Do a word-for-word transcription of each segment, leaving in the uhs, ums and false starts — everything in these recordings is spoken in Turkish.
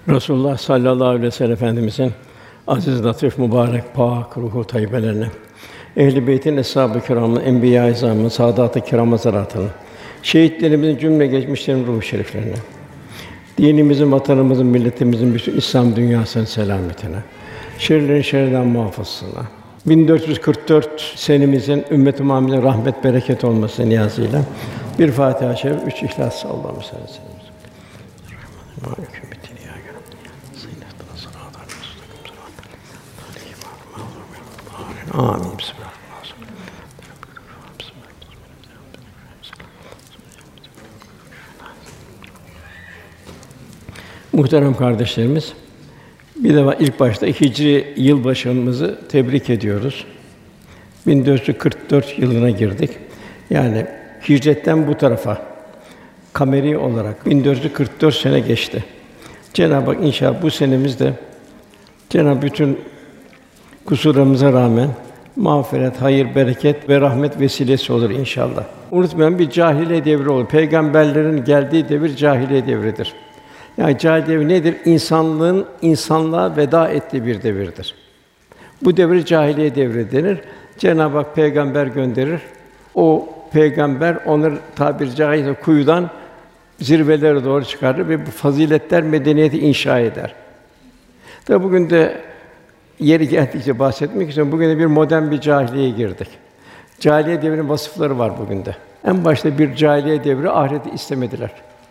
Resulullah sallallahu aleyhi ve sellem Efendimizin aziz, latif, mübarek, pâk ruhu tayyibelerine, ehl-i beytin, eshâb-ı kirâmın, enbiya-i izâmın, sâdât-ı kirâm hazaratının, şehitlerimizin cümle geçmişlerin ruhu şeriflerine, dinimizin, vatanımızın, milletimizin, bütün İslam dünyasının selametine, şerlerin şerrinden muhafazasına, bin dört yüz kırk dört senemizin ümmet-i Muhammed'e rahmet, bereket olması niyazıyla bir Fâtiha-i Şerif, üç İhlas. Allahümme salli aleyhi ve sellem. Amin. Muhterem kardeşlerimiz, bir defa ilk başta Hicri yılbaşımızı tebrik ediyoruz. bin dört yüz kırk dört yılına girdik. Yani hicretten bu tarafa kameri olarak bin dört yüz kırk dört sene geçti. Cenab-ı Hak inşallah bu senemizde Cenab-ı bütün kusurlarımıza rağmen mağfiret, hayır, bereket ve rahmet vesilesi olur inşallah. Unutmayalım, bir cahiliye devri olur. Peygamberlerin geldiği devir cahiliye devridir. Yani cahiliye devri nedir? İnsanlığın insanlığa veda ettiği bir devirdir. Bu devir cahiliye devri denir. Cenab-ı Hak peygamber gönderir. O peygamber onları tabiri caizse kuyudan zirvelere doğru çıkarır ve bu faziletler medeniyeti inşa eder. Tabi bugün de yeri geldikçe bahsetmek istiyorum. Bugün de bir modern bir cahiliyeye girdik. Cahiliye devrinin vasıfları var bugün de. En başta bir cahiliye devri ahireti istemediler.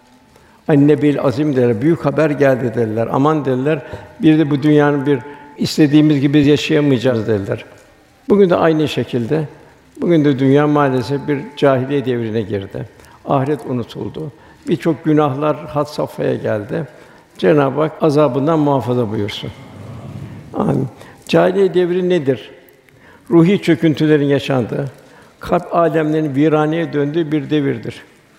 Annebil azim derler, büyük haber geldi dediler. Aman dediler, bir de bu dünyanın bir istediğimiz gibi yaşayamayacağız dediler. Bugün de aynı şekilde, bugün de dünya maalesef bir cahiliye devrine girdi. Ahiret unutuldu. Birçok günahlar had safhaya geldi. Cenab-ı Hak azabından muhafaza buyursun. Amin. Cahiliye devri nedir? Ruhi çöküntülerin yaşandığı, kalp âlemlerinin viraneye döndüğü bir devirdir.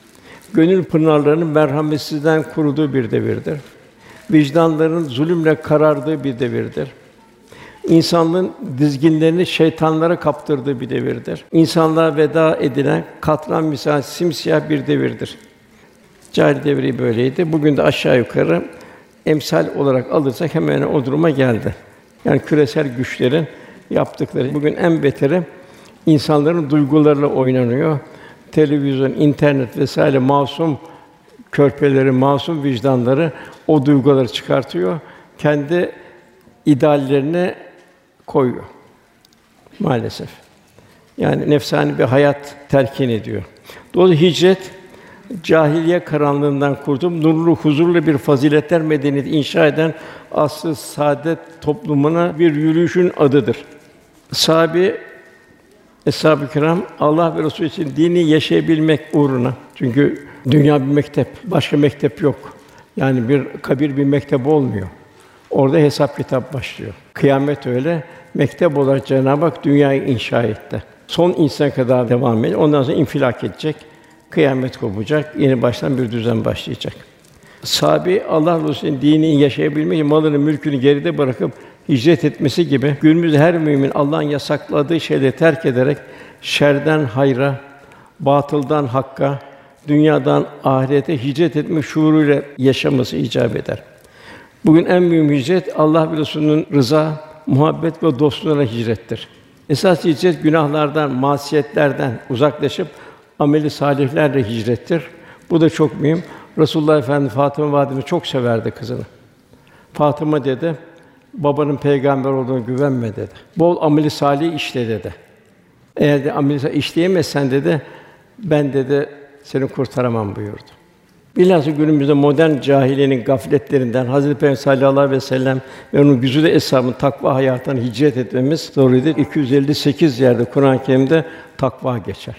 Gönül pınarlarının merhametsizden kuruduğu bir devirdir. Vicdanların zulümle karardığı bir devirdir. İnsanlığın dizginlerini şeytanlara kaptırdığı bir devirdir. İnsanlığa veda edilen katran misal simsiyah bir devirdir. Cahiliye devri böyleydi. Bugün de aşağı yukarı emsal olarak alırsak hemen o duruma geldi. Yani küresel güçlerin yaptıkları. Bugün en beteri insanların duygularıyla oynanıyor. Televizyon, internet vesaire masum körpeleri, masum vicdanları o duyguları çıkartıyor. Kendi ideallerine koyuyor. Maalesef. Yani nefsani bir hayat telkin ediyor. Dolayısıyla hicret cahiliye karanlığından kurtulup nurlu, huzurlu bir faziletler medeniyeti inşa eden asr-ı saadet toplumuna bir yürüyüşün adıdır. Sahabe, eshâb-ı kirâm Allah ve Resulü için dini yaşayabilmek uğruna. Çünkü dünya bir mektep, başka mektep yok. Yani bir kabir bir mektep olmuyor. Orada hesap kitap başlıyor. Kıyamet öyle. Mektep olarak Cenab-ı Hak dünyayı inşa etti. Son insan kadar devam edecek. Ondan sonra infilak edecek. Kıyamet kopacak. Yeni baştan bir düzen başlayacak. Sahabe Allah Resulü'nün dinini yaşayabilmek için malını, mülkünü geride bırakıp hicret etmesi gibi günümüzde her mümin Allah'ın yasakladığı şeyleri terk ederek şerden hayra, batıldan hakka, dünyadan ahirete hicret etme şuuruyla yaşaması icap eder. Bugün en mühim hicret Allah ve Resulü'nün rıza, muhabbet ve dostluğuna hicrettir. Esas hicret günahlardan, masiyetlerden uzaklaşıp ameli salihlerle hicrettir. Bu da çok mühim. Resulullah Efendimiz Fatıma validemiz çok severdi kızını. Fatıma dedi, babanın peygamber olduğuna güvenme dedi. Bol ameli salih işle dedi. Eğer de ameli salih işleyemezsen dedi, ben dedi seni kurtaramam buyurdu. Bilhassa günümüzde modern cahiliyenin gafletlerinden Hazreti Peygamber sallallahu aleyhi ve sellem ve onun güzide eshâbının takva hayatına hicret etmemiz doğrudur. iki yüz elli sekiz yerde Kur'an-ı Kerim'de takva geçer.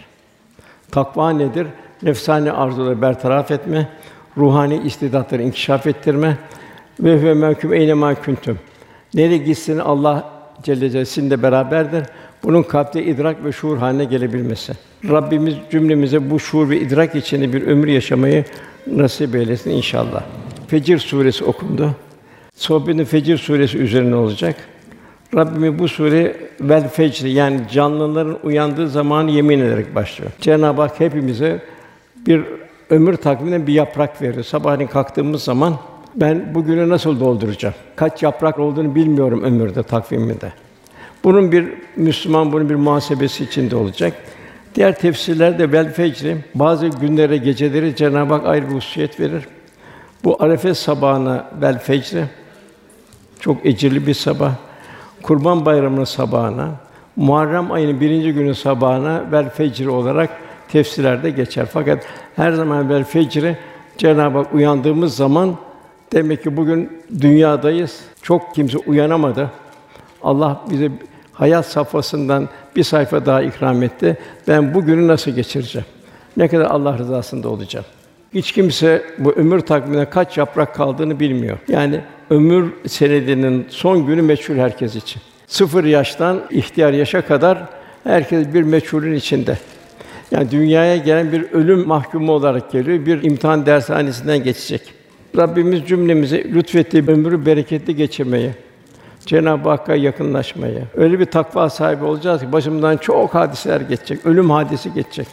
Takva nedir? Nefsani arzuları bertaraf etme, ruhani istidatları inkişaf ettirme ve ve mehkum eyne mâ kuntum. Nereye gitsin Allah Celle Celaluhu sizinle beraberdir. Bunun kalpte idrak ve şuur haline gelebilmesi. Rabbimiz cümlemize bu şuur ve idrak içinde bir ömür yaşamayı nasip eylesin inşallah. Fecr suresi okundu. Sohbetin Fecr suresi üzerine olacak. Rabbimiz bu sure vel fecr yani canlıların uyandığı zamanı yemin ederek başlıyor. Cenab-ı Hak hepimize bir ömür takviminden bir yaprak veriyor. Sabahleyin kalktığımız zaman Ben bugünü nasıl dolduracağım? Kaç yaprak olduğunu bilmiyorum ömürde, takviminde. Bunun bir Müslüman bunun bir muhasebesi içinde olacak. Diğer tefsirlerde vel fecri bazı günlere, geceleri Cenab-ı Hak ayrı bir hususiyet verir. Bu Arefe sabahına vel fecri çok ecirli bir sabah. Kurban Bayramı'nın sabahına, Muharrem ayının birinci günü sabahına vel fecri olarak tefsirlerde geçer. Fakat her zaman vel fecri Cenab-ı Hak uyandığımız zaman demek ki bugün dünyadayız. Çok kimse uyanamadı. Allah bize hayat safhasından bir sayfa daha ikram etti. Ben bugünü nasıl geçireceğim? Ne kadar Allah rızasında olacağım? Hiç kimse bu ömür takvimine kaç yaprak kaldığını bilmiyor. Yani ömür senedinin son günü meçhul herkes için. Sıfır yaştan ihtiyar yaşa kadar herkes bir meçhulün içinde. Yani dünyaya gelen bir ölüm mahkumu olarak geliyor, bir imtihan dershanesinden geçecek. Rabbimiz cümlemize lütfettiği ömrü bereketli geçirmeyi, Cenab-ı Hakk'a yakınlaşmayı, öyle bir takva sahibi olacağız ki başımızdan çok hadiseler geçecek, ölüm hadisi geçecek.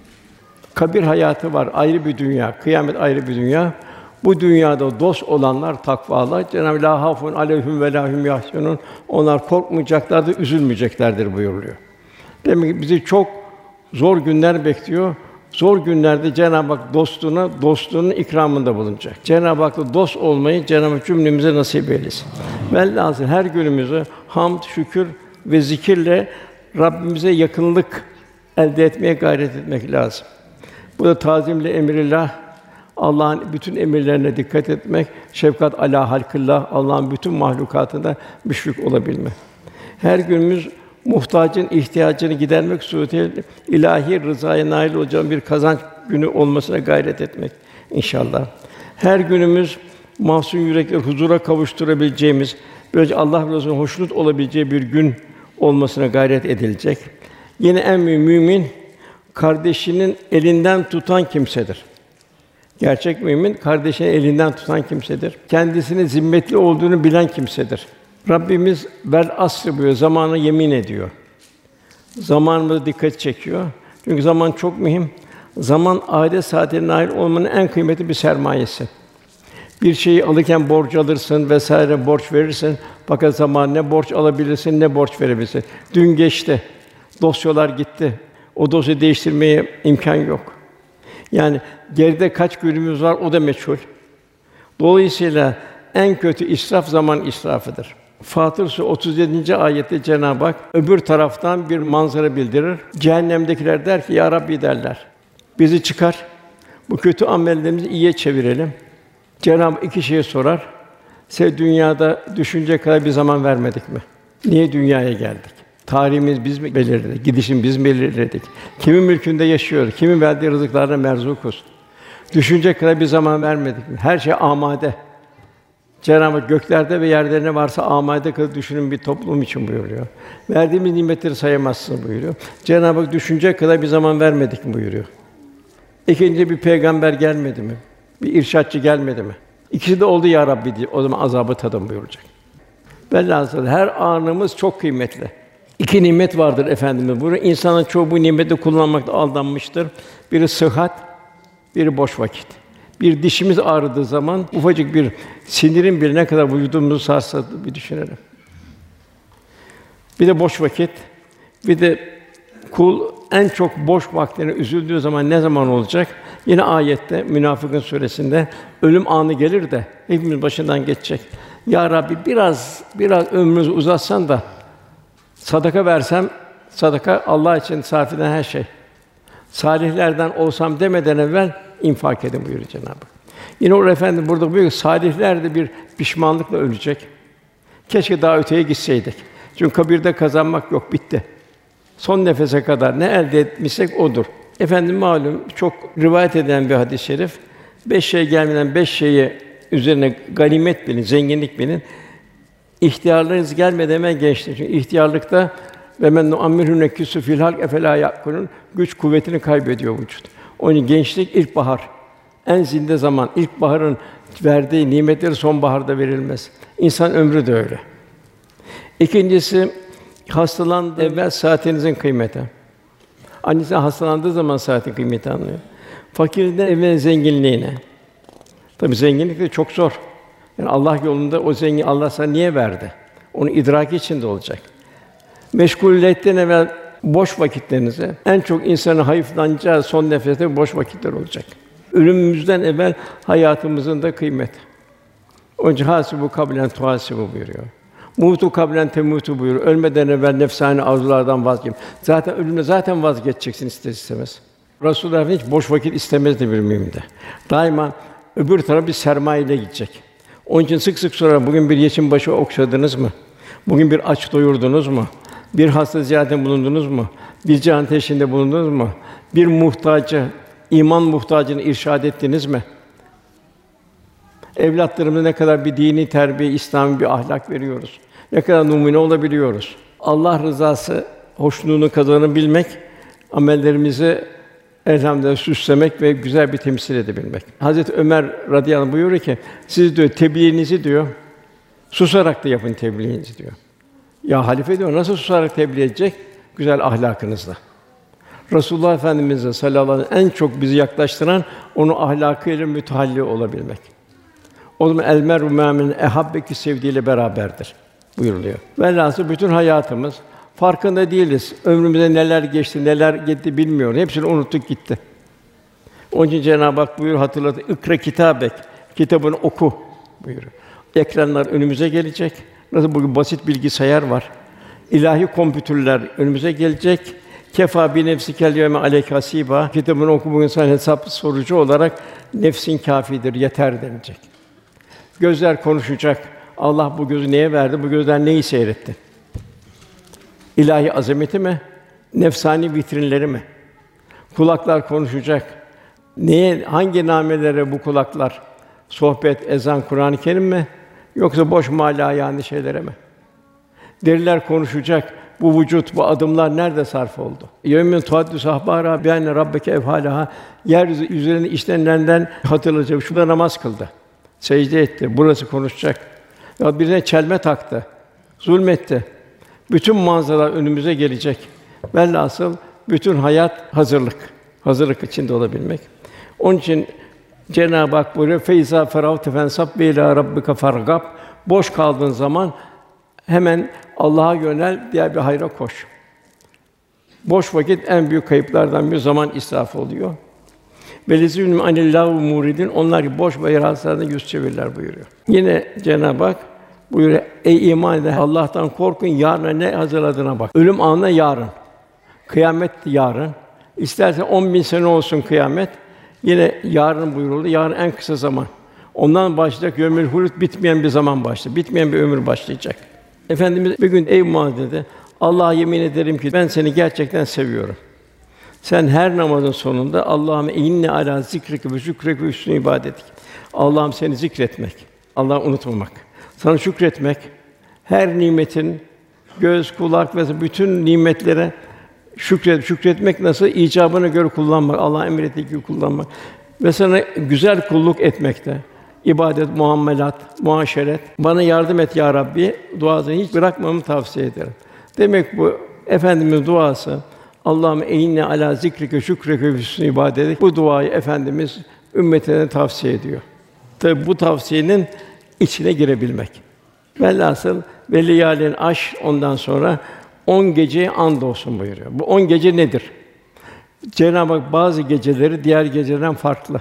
Kabir hayatı var, ayrı bir dünya, kıyamet ayrı bir dünya. Bu dünyada dost olanlar takvalar. Cenab-ı La hafun aleyhim ve la hum yahzunun. Onlar korkmayacaklardır, üzülmeyeceklerdir buyuruluyor. Demek ki bizi çok zor günler bekliyor. Zor günlerde Cenab-ı Hak dostuna, dostluğunun ikramında bulunacak. Cenab-ı Hak'la dost olmayı Cenab-ı Hak cümlemize nasip eylesin. Velhâsıl her günümüzü hamd, şükür ve zikirle Rabbimize yakınlık elde etmeye gayret etmek lazım. Bu da tazimle emrillah, Allah'ın bütün emirlerine dikkat etmek, şefkat alâ halkillah, Allah'ın bütün mahlukatında müşfik olabilmek. Her günümüz muhtacın ihtiyacını gidermek suretiyle ilahi rızaya nail olacağım bir kazanç günü olmasına gayret etmek inşallah. Her günümüz mahzun yürekleri huzura kavuşturabileceğimiz, böylece Allah Resulü'nün hoşnut olabileceği bir gün olmasına gayret edilecek. Yine en büyük mümin kardeşinin elinden tutan kimsedir. Gerçek mümin kardeşinin elinden tutan kimsedir. Kendisinin zimmetli olduğunu bilen kimsedir. Rabbimiz vel asr buyuruyor, zamana yemin ediyor. Zamanımıza dikkat çekiyor. Çünkü zaman çok mühim. Zaman ahiret saatine nail olmanın en kıymetli bir sermayesi. Bir şeyi alırken borç alırsın vesaire borç verirsin. Fakat zaman ne borç alabilirsin ne borç verebilirsin. Dün geçti. Dosyalar gitti. O dosyayı değiştirmeye imkân yok. Yani geride kaç günümüz var o da meçhul. Dolayısıyla en kötü israf zaman israfıdır. Fatır Suresi otuz yedinci ayette Cenab-ı Hak öbür taraftan bir manzara bildirir. Cehennemdekiler der ki ya Rabbi derler. Bizi çıkar. Bu kötü amellerimizi iyiye çevirelim. Cenab-ı Hak iki şeye sorar. Size dünyada düşünecek kadar bir zaman vermedik mi? Niye dünyaya geldik? Tarihimiz biz mi belirledik? Gidişim biz mi belirledik? Kimin mülkünde yaşıyoruz? Kimin verdiği rızıklarla merzukuz? Düşünecek kadar bir zaman vermedik mi? Her şey amade. Cenab-ı Hak göklerde ve yerde ne varsa amade kılıp düşünün bir toplum için buyuruyor. Verdiğimiz nimetleri sayamazsınız buyuruyor. Cenab-ı Hak düşünecek kadar bir zaman vermedik mi buyuruyor. İkinci bir peygamber gelmedi mi? Bir irşatçı gelmedi mi? İkisi de oldu ya Rabbi diye. O zaman azabı tadın buyuracak. Velhâsıl her anımız çok kıymetli. İki nimet vardır Efendimiz buyuruyor. İnsanın çoğu bu nimeti kullanmakta aldanmıştır. Biri sıhhat, biri boş vakit. Bir dişimiz ağrıdığı zaman ufacık bir sinirin bile ne kadar vücudumuzu sarsa bir düşünelim. Bir de boş vakit. Bir de kul en çok boş vaktine üzüldüğü zaman ne zaman olacak? Yine ayette Münafıkun suresinde ölüm anı gelir de hepimiz başından geçecek. Ya Rabbi biraz biraz ömrümüzü uzatsan da sadaka versem, sadaka Allah için sarf edilen her şey. Salihlerden olsam demeden evvel infak edin buyuruyor Cenab-ı Hak. Yine o efendim burada buyuruyor salihler de bir pişmanlıkla ölecek. Keşke daha öteye gitseydik. Çünkü kabirde kazanmak yok, bitti. Son nefese kadar ne elde etmişsek odur. Efendim malum çok rivayet edilen bir hadis-i şerif. Beş şey gelmeden beş şeyi üzerine ganimet bilin, zenginlik bilin. İhtiyarlarınız gelmeden hemen gençlik. Çünkü ihtiyarlıkta ve men nu'ammirhu nekûsû fil halk efelâ ya'kulûn güç kuvvetini kaybediyor vücut. Onun gençlik ilkbahar. En zinde zaman ilkbaharın verdiği nimetleri sonbaharda verilmez. İnsan ömrü de öyle. İkincisi hastalandığı evvel saatinizin kıymeti. Annesi hastalandığı zaman saatin kıymeti anlıyor. Fakirden evvel zenginliğine. Tabii zenginlik de çok zor. Yani Allah yolunda o zengin Allah sana niye verdi? Onu idraki içinde olacak. Meşguliyetten evvel boş vakitlerinize en çok insanın hayıflanacağı son nefeste boş vakitler olacak. Ölümümüzden evvel hayatımızın da kıymeti. Onun için hâsibu kablen tuhâsibu buyuruyor. Mutu kablen temutu buyuruyor. Ölmeden evvel nefsani arzulardan vazgeç. Zaten ölümde zaten vazgeçeceksin ister istemez. Resulullah hiç boş vakit istemezdi bir müminde. Daima öbür tarafa bir sermaye ile gidecek. Onun için sık sık sorar, bugün bir yetim başı okşadınız mı? Bugün bir aç doyurdunuz mu? Bir hasta ziyaretinde bulundunuz mu? Bir can teşhinde bulundunuz mu? Bir muhtacı, iman muhtacını irşad ettiniz mi? Evlatlarımıza ne kadar bir dini terbiye, İslami bir ahlak veriyoruz? Ne kadar numune olabiliyoruz? Allah rızası, hoşnuğunu kazanabilmek, amellerimizi elhamdülillah süslemek ve güzel bir temsil edebilmek. Hazreti Ömer radıyallahu anh buyuruyor ki, siz diyor tebliğinizi diyor, susarak da yapın tebliğinizi diyor. Ya halife diyor, nasıl susarak tebliğ edecek? Güzel ahlakınızla. Resulullah Efendimiz'e sallallahu aleyhi ve sellem en çok bizi yaklaştıran onu ahlakıyla mütehalli olabilmek. O zaman el mer'u me'men ehabbeki sevdiğiyle beraberdir buyuruluyor. Velhâsıl bütün hayatımız farkında değiliz. Ömrümüzde neler geçti, neler gitti bilmiyoruz. Hepsini unuttuk gitti. Onun için Cenab-ı Hak buyuruyor, hatırlat. İkra kitabek, kitabını oku buyuruyor. Ekranlar önümüze gelecek. Nasıl bugün basit bilgisayar var. İlahi kompütürler önümüze gelecek. Kefa bi nefsikel yevme aleyke hasiba. Kitabını oku, bugün sana hesap sorucu olarak nefsin kâfidir, yeter denilecek. Gözler konuşacak. Allah bu gözü neye verdi? Bu gözler neyi seyretti? İlahi azameti mi? Nefsani vitrinleri mi? Kulaklar konuşacak. Neye, hangi namelere bu kulaklar? Sohbet, ezan, Kur'an-ı Kerim mi? Yoksa boş malayani şeylere mi? Deriler konuşacak. Bu vücut, bu adımlar nerede sarf oldu? Yevmin tuhaddis ahbara bi enne rabbeke evhalaha. Yeryüzü üzerinde işlenenden hatırlayacak. Şurada namaz kıldı. Secde etti. Burası konuşacak. Ya birine çelme taktı. Zulmetti. Bütün manzaralar önümüze gelecek. Velhasıl bütün hayat hazırlık. Hazırlık içinde olabilmek. Onun için Cenab-ı Hak buyuruyor: "Feyza feravte fensab ve ilâ rabbike fargab." Boş kaldığın zaman hemen Allah'a yönel, diğer bir hayra koş. Boş vakit en büyük kayıplardan bir zaman israfı oluyor. Velezînû anillâhu muridin, onlar gibi boş ve yararsızlardan yüz çevirirler buyuruyor. Yine Cenab-ı Hak buyuruyor: "Ey iman eden, Allah'tan korkun, yarına ne hazırladığına bak." Ölüm anına yarın, kıyamet yarın. İsterse on bin sene olsun kıyamet, yine yarın buyuruldu. Yarın en kısa zaman. Ondan başlayacak yevmül hulûd, bitmeyen bir zaman başlayacak. Bitmeyen bir ömür başlayacak. Efendimiz bir gün ey Muaz dedi, Allah'a yemin ederim ki ben seni gerçekten seviyorum. Sen her namazın sonunda Allah'ım inne ala zikrike ve şükreke ve hüsnü ibadetik. Allah'ım seni zikretmek, Allah'ı unutmamak, sana şükretmek, her nimetin göz, kulak ve bütün nimetlere şükret şükretmek nasıl icabına göre kullanmak, Allah'ın emrettiği gibi kullanmak ve sana güzel kulluk etmekte. İbadet, muamelat, muaşeret. Bana yardım et ya Rabbi. Duasını hiç bırakmamı tavsiye ederim. Demek bu Efendimiz duası Allah'ım eynne ala zikrike şükreke ve hüsnü ibadetik. Bu duayı Efendimiz ümmetine tavsiye ediyor. Tabi bu tavsiyenin içine girebilmek. Velhasıl veliyâlen aş ondan sonra on geceye andolsun buyuruyor. Bu on gece nedir? Cenab-ı Hak bazı geceleri diğer gecelerden farklı.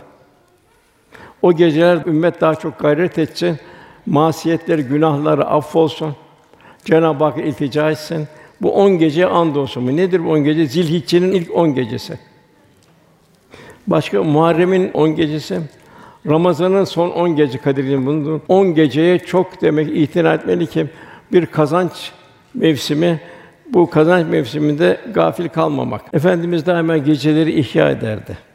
O geceler ümmet daha çok gayret etsin, masiyetleri, günahları affolsun. Cenab-ı Hakk'a iltica etsin. Bu on geceye andolsun. Bu nedir bu on gece? Zilhicce'nin ilk on gecesi. Başka Muharrem'in on gecesi. Ramazan'ın son on gece Kadir'in bulunduğu on geceye çok demek itina etmeli ki bir kazanç mevsimi, bu kazanç mevsiminde gafil kalmamak. Efendimiz daima geceleri ihya ederdi.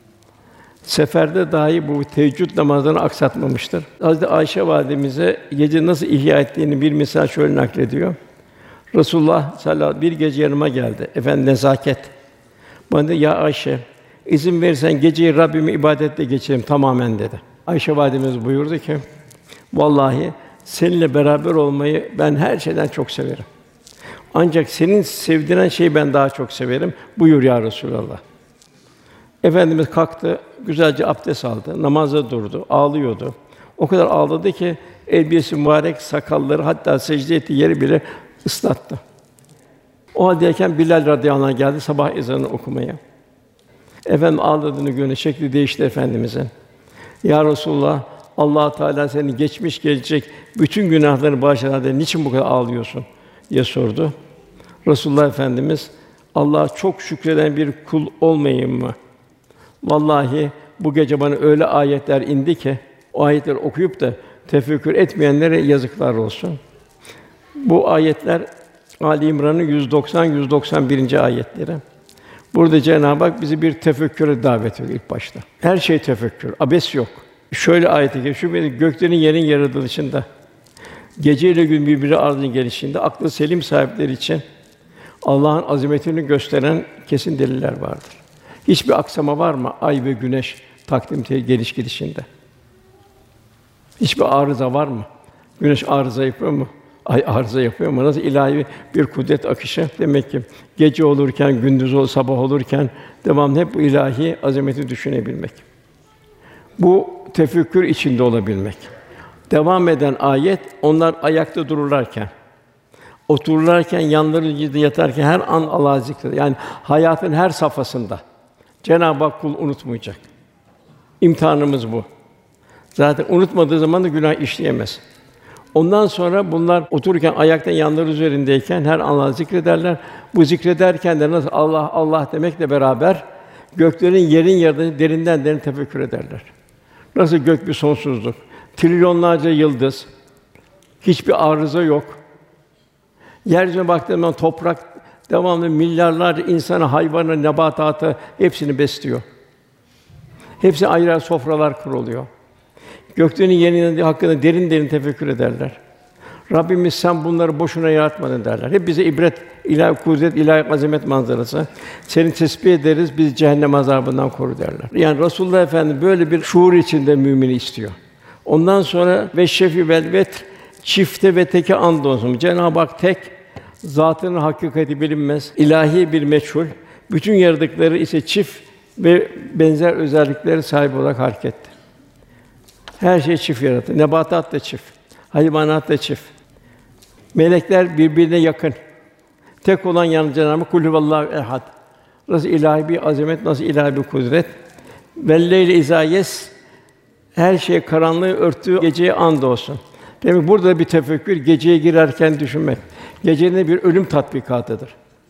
Seferde dahi bu teheccüd namazlarını aksatmamıştır. Hazreti Ayşe validemize gece nasıl ihya ettiğini bir misal şöyle naklediyor. Resulullah sallallahu aleyhi ve sellem bir gece yanıma geldi. Efendim nezaket. Bana dedi, ya Ayşe, izin verirsen geceyi Rabbime ibadetle geçireyim tamamen dedi. Ayşe validemiz buyurdu ki, vallahi seninle beraber olmayı ben her şeyden çok severim. Ancak senin sevdiren şeyi ben daha çok severim. Buyur ya Resulallah. Efendimiz kalktı, güzelce abdest aldı, namaza durdu, ağlıyordu. O kadar ağladı ki elbisesi mübarek, sakalları hatta secde ettiği yeri bile ıslattı. O haldeyken Bilal radıyallahu anh geldi sabah ezanını okumaya. Efendim ağladığını görünce şekli değişti efendimizin. Ya Resulullah, Allah Teala senin geçmiş gelecek bütün günahlarını bağışlar dedi. Niçin bu kadar ağlıyorsun diye sordu. Resulullah Efendimiz Allah'a çok şükreden bir kul olmayayım mı? Vallahi bu gece bana öyle ayetler indi ki o ayetleri okuyup da tefekkür etmeyenlere yazıklar olsun. Bu ayetler Ali İmran'ın yüz doksan yüz doksan birinci ayetleri. Burada Cenab-ı Hak bizi bir tefekküre davet ediyor ilk başta. Her şey tefekkür, abes yok. Şöyle ayet-i kerime, şu bir göklerin yerin yaratılışında, gece ile gün birbiri ardına gelişinde aklı selim sahipleri için Allah'ın azametini gösteren kesin deliller vardır. Hiçbir aksama var mı ay ve güneş takdim geliş gidişinde? Hiçbir arıza var mı? Güneş arıza yapıyor mu? Ay arıza yapıyor mu? Nasıl ilahi bir kudret akışı? Demek ki gece olurken, gündüz ol, sabah olurken devamlı hep bu ilahi azameti düşünebilmek. Bu tefekkür içinde olabilmek. Devam eden ayet, onlar ayakta dururlarken, otururlarken, yanlarında yatarken her an Allah'ı zikreder. Yani hayatın her safhasında Cenab-ı Hak kul unutmayacak. İmtihanımız bu. Zaten unutmadığı zaman da günah işleyemez. Ondan sonra bunlar otururken ayakta yanları üzerindeyken her an Allah'ı zikrederler. Bu zikrederken de nasıl Allah Allah demekle beraber göklerin yerin yaratılışını derinden derin tefekkür ederler. Nasıl gök bir sonsuzluk, trilyonlarca yıldız, hiçbir arıza yok. Yeryüzüne baktığım zaman toprak devamlı milyarlarca insanı, hayvanı, nebatatı hepsini besliyor. Hepsi ayrı ayrı sofralar kuruluyor. Göklerin yerin hakkında derin derin tefekkür ederler. Rabbimiz sen bunları boşuna yaratmadın derler. Hep bize ibret, ilahi kudret, ilahi azamet manzarası. Seni tesbih ederiz, bizi cehennem azabından koru derler. Yani Resulullah Efendimiz böyle bir şuur içinde mümini istiyor. Ondan sonra ve şefi velvet çifte ve teke andolsun. Cenab-ı Hak tek, zatının hakikati bilinmez, ilahi bir meçhul. Bütün yaratıkları ise çift ve benzer özelliklere sahip olarak harekettir. Her şey çift yarattı. Nebatat da çift, hayvanat da çift. Melekler birbirine yakın. Tek olan yalnız Cenab-ı Hak Kul huvallahu ehad. Nasıl ilahi bir azamet, nasıl ilahi bir kudret. Velleyli izâ yes her şey karanlığı örttüğü geceye andolsun. Demek burada bir tefekkür, geceye girerken düşünmek. Gecenin bir ölüm tatbikatıdır.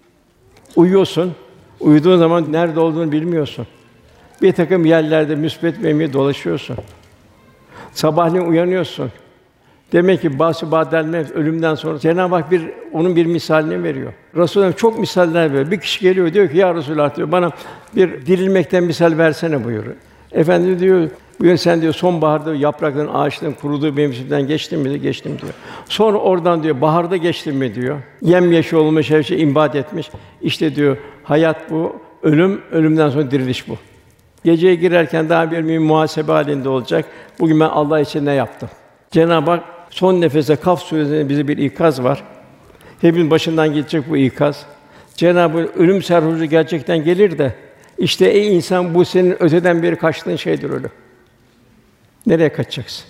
Uyuyorsun, uyuduğun zaman nerede olduğunu bilmiyorsun. Bir takım yerlerde müsbet memnun dolaşıyorsun. Sabahleyin uyanıyorsun. Demek ki bâs-ı ba'del mevt ölümden sonra Cenab-ı Hak bir onun bir misalini veriyor. Resulullah çok misaller veriyor. Bir kişi geliyor diyor ki ya Resulullah diyor bana bir dirilmekten misal versene buyuruyor. Efendimiz diyor bugün sen diyor sonbaharda yaprakların ağaçların kuruduğu mevsimden geçtin mi diyor, geçtim diyor. Sonra oradan diyor baharda geçtin mi diyor. Yemyeşil olmuş her şey imbat etmiş. İşte diyor hayat bu, ölüm, ölümden sonra diriliş bu. Geceye girerken daha bir muhasebe halinde olacak. Bugün ben Allah için ne yaptım? Cenab-ı Hak son nefese Kaf suresinde bize bir ikaz var. Hepimizin başından geçecek bu ikaz. Cenab-ı Hak ölüm serhoşluğu gerçekten gelir de işte ey insan bu senin öteden beri kaçtığın şeydir ölüm. Nereye kaçacaksın?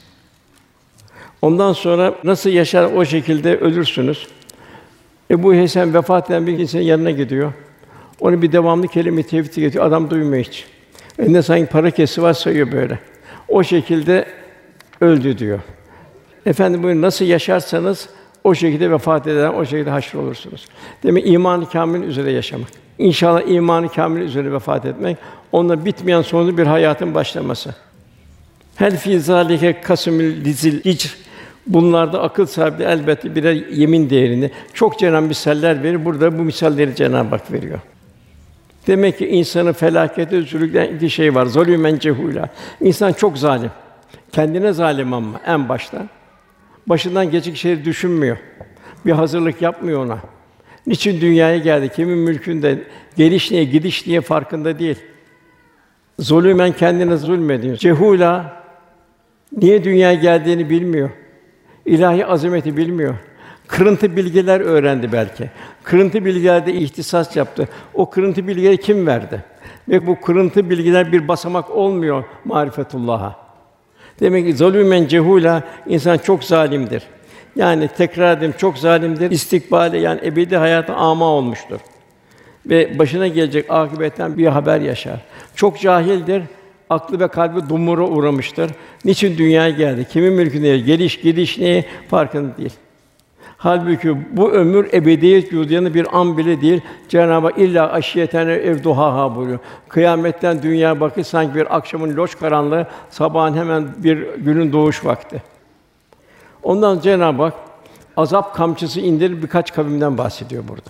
Ondan sonra nasıl yaşar o şekilde ölürsünüz. Ebu Heysen vefat eden bir insanın yanına gidiyor. Onu bir devamlı kelime-i tevhid getiriyor. Adam duymuyor hiç. Elinde sanki para kesi var sayıyor böyle. O şekilde öldü diyor. Efendim buyurun nasıl yaşarsanız o şekilde vefat eder, o şekilde haşr olursunuz. Demek iman-ı kâmil üzere yaşamak. İnşallah iman-ı kâmil üzere vefat etmek, onunla bitmeyen sonsuz bir hayatın başlaması. Hel fî zâlike kasmül lizil icr. Bunlarda akıl sahibi elbette birer yemin değerini çok cenab misaller verir. Burada bu misalleri Cenab-ı Hak veriyor. Demek ki insanı felakete sürükleyen iki şey var. Zalûmen cehûlâ. İnsan çok zalim. Kendine zalim ama en başta. Başından geçecek şeyleri düşünmüyor. Bir hazırlık yapmıyor ona. Niçin dünyaya geldi? Kimin mülkünde? Geliş niye, gidiş niye farkında değil. Zulümen kendine zulmediyor. Cehûlâ niye dünyaya geldiğini bilmiyor. İlahi azameti bilmiyor. Kırıntı bilgiler öğrendi belki. Kırıntı bilgilerde ihtisas yaptı. O kırıntı bilgileri kim verdi? Ve bu kırıntı bilgiler bir basamak olmuyor marifetullah'a. Demek ki zalûmen cehûlâ, insan çok zalimdir. Yani tekrar edeyim, çok zalimdir. İstikbale, yani ebedi hayata âmâ olmuştur. Ve başına gelecek âkıbetten bir haber yaşar. Çok cahildir. Aklı ve kalbi dumura uğramıştır. Niçin dünyaya geldi? Kimin mülkünde? Geliş gidiş neye farkında değil. Halbuki bu ömür ebediyet yurduyanı bir an bile değil. Cenab-ı Hak illa aşiyeten ev duhaha buyuruyor. Kıyametten dünya bakış sanki bir akşamın loş karanlığı, sabahın hemen bir günün doğuş vakti. Ondan Cenab-ı Hak azap kamçısı indirip birkaç kavimden bahsediyor burada.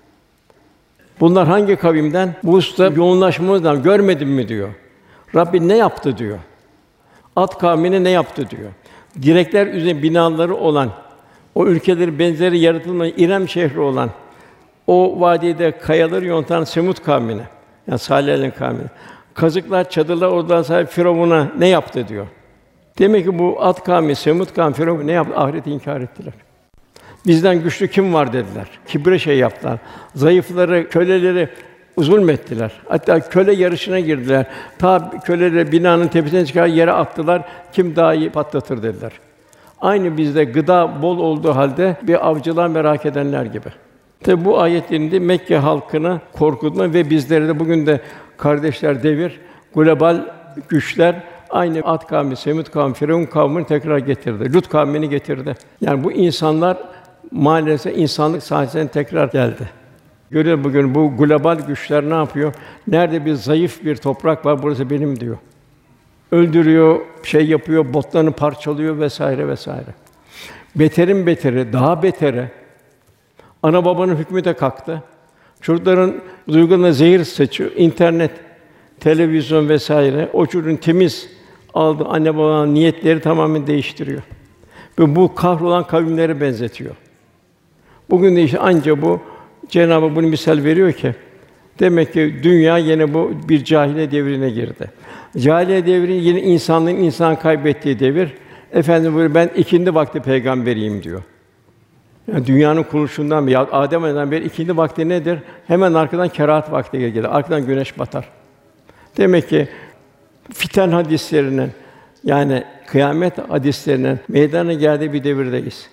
Bunlar hangi kavimden? Bu usta yoğunlaşmamızdan görmedin mi diyor. Rabbin ne yaptı diyor. Ad kavmine ne yaptı diyor. Direkler üzerine binaları olan, o ülkelerin benzeri yaratılmayan İrem şehri olan, o vadide kayaları yontan Semud kavmine, yani Salih'in kavmine, kazıklar, çadırlar oradan sahip Firavun'a ne yaptı diyor. Demek ki bu Ad kavmi, Semud kavmi Firavun ne yaptı? Ahireti inkar ettiler. Bizden güçlü kim var dediler. Kibre şey yaptılar. Zayıfları, köleleri zulmettiler. Hatta köle yarışına girdiler. Ta köleleri binanın tepesine çıkar yere attılar. Kim daha iyi patlatır dediler. Aynı bizde gıda bol olduğu halde bir avcılar merak edenler gibi. Tabi bu ayetlerinde Mekke halkını korkutma ve bizleri de bugün de kardeşler devir, global güçler aynı Ad kavmi, Semud kavmi, Firavun kavmini tekrar getirdi. Lut kavmini getirdi. Yani bu insanlar maalesef insanlık sahnesine tekrar geldi. Görüyor bugün bu global güçler ne yapıyor? Nerede bir zayıf bir toprak var, burası benim diyor. Öldürüyor, şey yapıyor, botlarını parçalıyor vesaire vesaire. Beterin beteri, daha beteri. Ana babanın hükmü de kalktı. Çocukların duygularına zehir saçıyor. İnternet, televizyon vesaire. O çocuğun temiz aldığı anne babanın niyetleri tamamen değiştiriyor. Ve bu kahrolan kavimlere benzetiyor. Bugün de işte anca bu Cenab-ı Hak bunu misal veriyor ki demek ki dünya yine bu bir cahiliye devrine girdi. Cahiliye devri yine insanlığın insan kaybettiği devir. Efendim buyuruyor ben ikindi vakti peygamberiyim diyor. Yani dünyanın kuruluşundan beri, Adem Aleyhisselam'dan beri ikindi vakti nedir? Hemen arkadan kerahat vakti gelir. Arkadan güneş batar. Demek ki fiten hadislerinin yani kıyamet hadislerinin meydana geldiği bir devirdeyiz.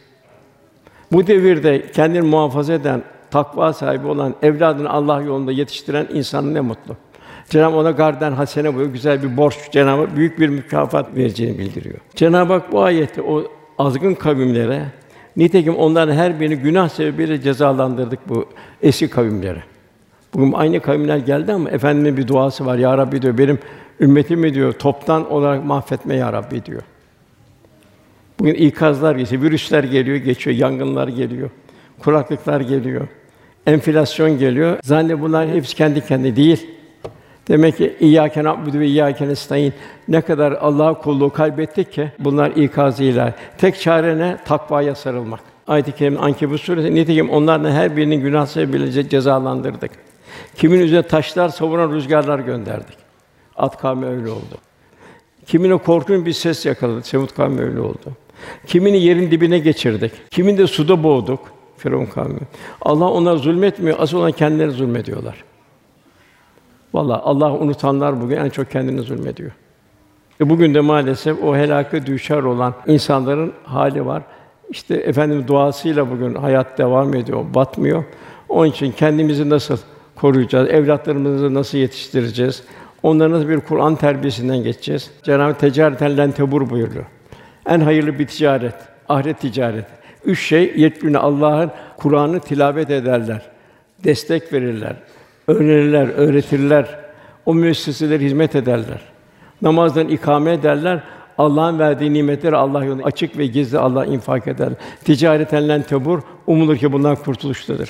Bu devirde kendini muhafaza eden, takva sahibi olan, evladını Allah yolunda yetiştiren insanın ne mutlu. Cenab-ı Hak ona garden hasene buyuruyor, güzel bir borç, Cenab-ı Hak büyük bir mükafat vereceğini bildiriyor. Cenab-ı Hak bu ayette o azgın kavimlere, nitekim onların her birini günah sebebiyle cezalandırdık bu eski kavimlere. Bugün aynı kavimler geldi ama Efendimiz'in bir duası var. Ya Rabbi diyor, benim ümmetimi diyor toptan olarak mahvetme ya Rabbi diyor. Bugün ikazlar geliyor, virüsler geliyor, geçiyor, yangınlar geliyor, kuraklıklar geliyor, enflasyon geliyor. Zannediyor bunlar hepsi kendi kendine değil. Demek ki İyyâke na'budu ve İyyâke nestaîn. Ne kadar Allah'a kulluğu kaybettik ki bunlar ikazıyla. Tek çare ne? Takvaya sarılmak. Ayet-i kerime Ankebut suresi nitekim onlardan her birinin günah sebebiyle cezalandırdık. Kimin üzerine taşlar savuran rüzgarlar gönderdik. Ad kavmi öyle oldu. Kimine korkunç bir ses yakaladı. Semud kavmi öyle oldu. Kimini yerin dibine geçirdik. Kimini de suda boğduk. Firavun kavmi. Allah ona zulmetmiyor. Asıl ona kendileri zulmediyorlar. Vallahi Allah unutanlar bugün en çok kendini zulmediyor. E bugün de maalesef o helâke düçar olan insanların hali var. İşte Efendimiz duasıyla bugün hayat devam ediyor, batmıyor. Onun için kendimizi nasıl koruyacağız? Evlatlarımızı nasıl yetiştireceğiz? Onlara nasıl bir Kur'an terbiyesinden geçeceğiz? Cenab-ı Hak tecareten len tebur buyuruyor. En hayırlı bir ticaret, ahiret ticareti. Üç şey yetbûne Allah'ın Kur'an'ı tilavet ederler, destek verirler, öğrenirler, öğretirler, o müesseselere hizmet ederler. Namazdan ikame ederler, Allah'ın verdiği nimetleri Allah yolunda açık ve gizli Allah infak eder. Ticareten len tebur, umulur ki bundan kurtuluştadır.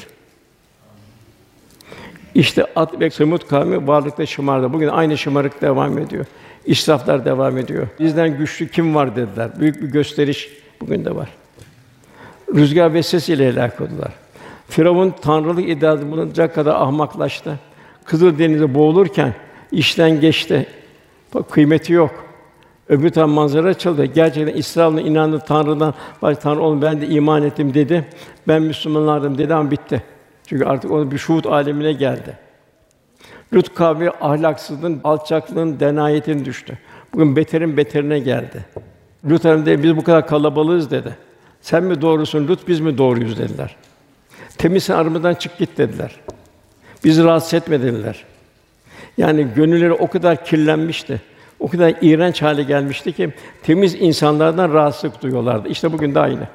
İşte Ad ve Semud kavmi varlıkta şımardı. Bugün aynı şımarık devam ediyor. İsraflar devam ediyor. Bizden güçlü kim var dediler. Büyük bir gösteriş bugün de var. Rüzgar ve ses ile helak oldular. Firavun tanrılık iddiası bulunacak kadar ahmaklaştı. Kızıldeniz'de boğulurken işten geçti. Bak kıymeti yok. Öbür taraf manzara açıldı. Gerçekten İsrail'in inandığı Tanrı'dan baş Tanrı olun ben de iman ettim dedi. Ben Müslümanlardım dedi ama bitti. Çünkü artık o bir şuhud âlemine geldi. Lut kavmi ahlaksızlığın, alçaklığın, denayetin düştü. Bugün beterin beterine geldi. Lut Hanım dedi, biz bu kadar kalabalığız dedi. Sen mi doğrusun Lut, biz mi doğruyuz dediler. Temizsen aramızdan çık git dediler. Bizi rahatsız etme dediler. Yani gönülleri o kadar kirlenmişti, o kadar iğrenç hale gelmişti ki temiz insanlardan rahatsızlık duyuyorlardı. İşte bugün de aynı.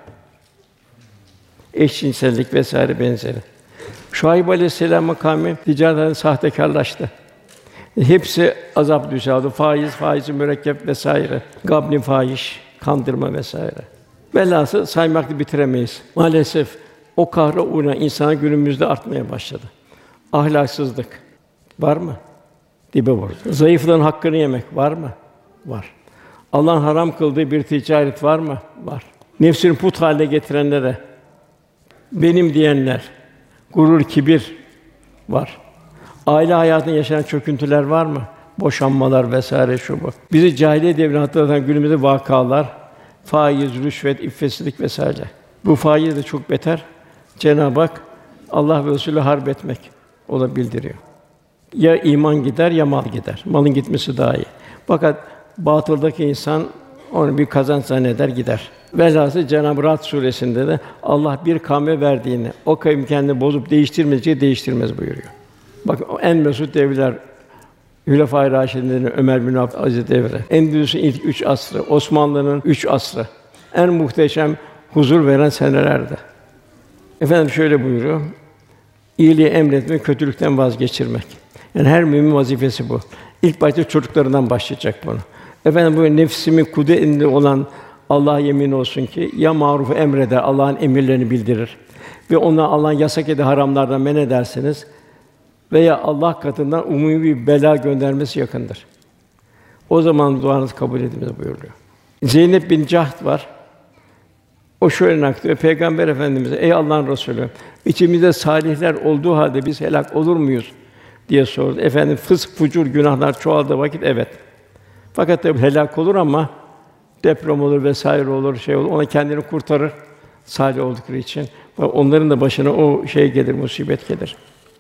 Eşcinsellik vesaire benzeri. Şuayb Aleyhisselam'ın kavmi ticaretten sahtekârlaştı. Hepsi azap düşüyordu. Faiz, faizi mürekkep vesaire, gabn-ı fahiş, kandırma vesaire. Velhâsıl saymakla bitiremeyiz. Maalesef o kahre uğrayan insan günümüzde artmaya başladı. Ahlaksızlık var mı? Dibe vurdu. Zayıfların hakkını yemek var mı? Var. Allah'ın haram kıldığı bir ticaret var mı? Var. Nefsini put haline getirenlere benim diyenler, gurur, kibir var. Aile hayatında yaşanan çöküntüler var mı? Boşanmalar vesaire şu bu. Bizi cahiliye devrine hatırlatan günümüzde vakalar, faiz, rüşvet, iffetsizlik vesaire. Bu faiz de çok beter. Cenab-ı Hak Allah ve Resulü harp etmek o da bildiriyor. Ya iman gider ya mal gider. Malın gitmesi daha iyi. Fakat batıldaki insan onu bir kazanç zanneder gider. Velhâsıl Cenab-ı Ra'd suresinde de Allah bir kavme verdiğini, o kavim kendini bozup değiştirmeyeceği değiştirmez buyuruyor. Bak en mesut devler Hülefâ-i Râşidîn'in Ömer bin Abdülaziz devri, Endülüs'ün ilk üç asrı, Osmanlı'nın üç asrı, en muhteşem huzur veren senelerdi. Efendim şöyle buyuruyor: İyiliği emretmek, kötülükten vazgeçirmek. Yani her mümin vazifesi bu. İlk başta çocuklarından başlayacak bunu. Efendim bu nefsimin kudretinde olan Allah'a yemin olsun ki ya marufu emreder, Allah'ın emirlerini bildirir ve ona Allah'ın yasak ettiği haramlardan men edersiniz veya Allah katından umumi bir bela göndermesi yakındır. O zaman duanız kabul edilir buyuruyor. Zeynep bin Cahd var. O şöyle naklediyor: Peygamber Efendimiz'e ey Allah'ın Resulü, içimizde salihler olduğu halde biz helak olur muyuz diye sordu. Efendim fısk, fucur, günahlar çoğaldığı vakit evet. Fakat tabi helak olur ama deprem olur vesaire olur, şey olur. Ona kendini kurtarır salih oldukları için. Onların da başına o şey gelir, musibet gelir.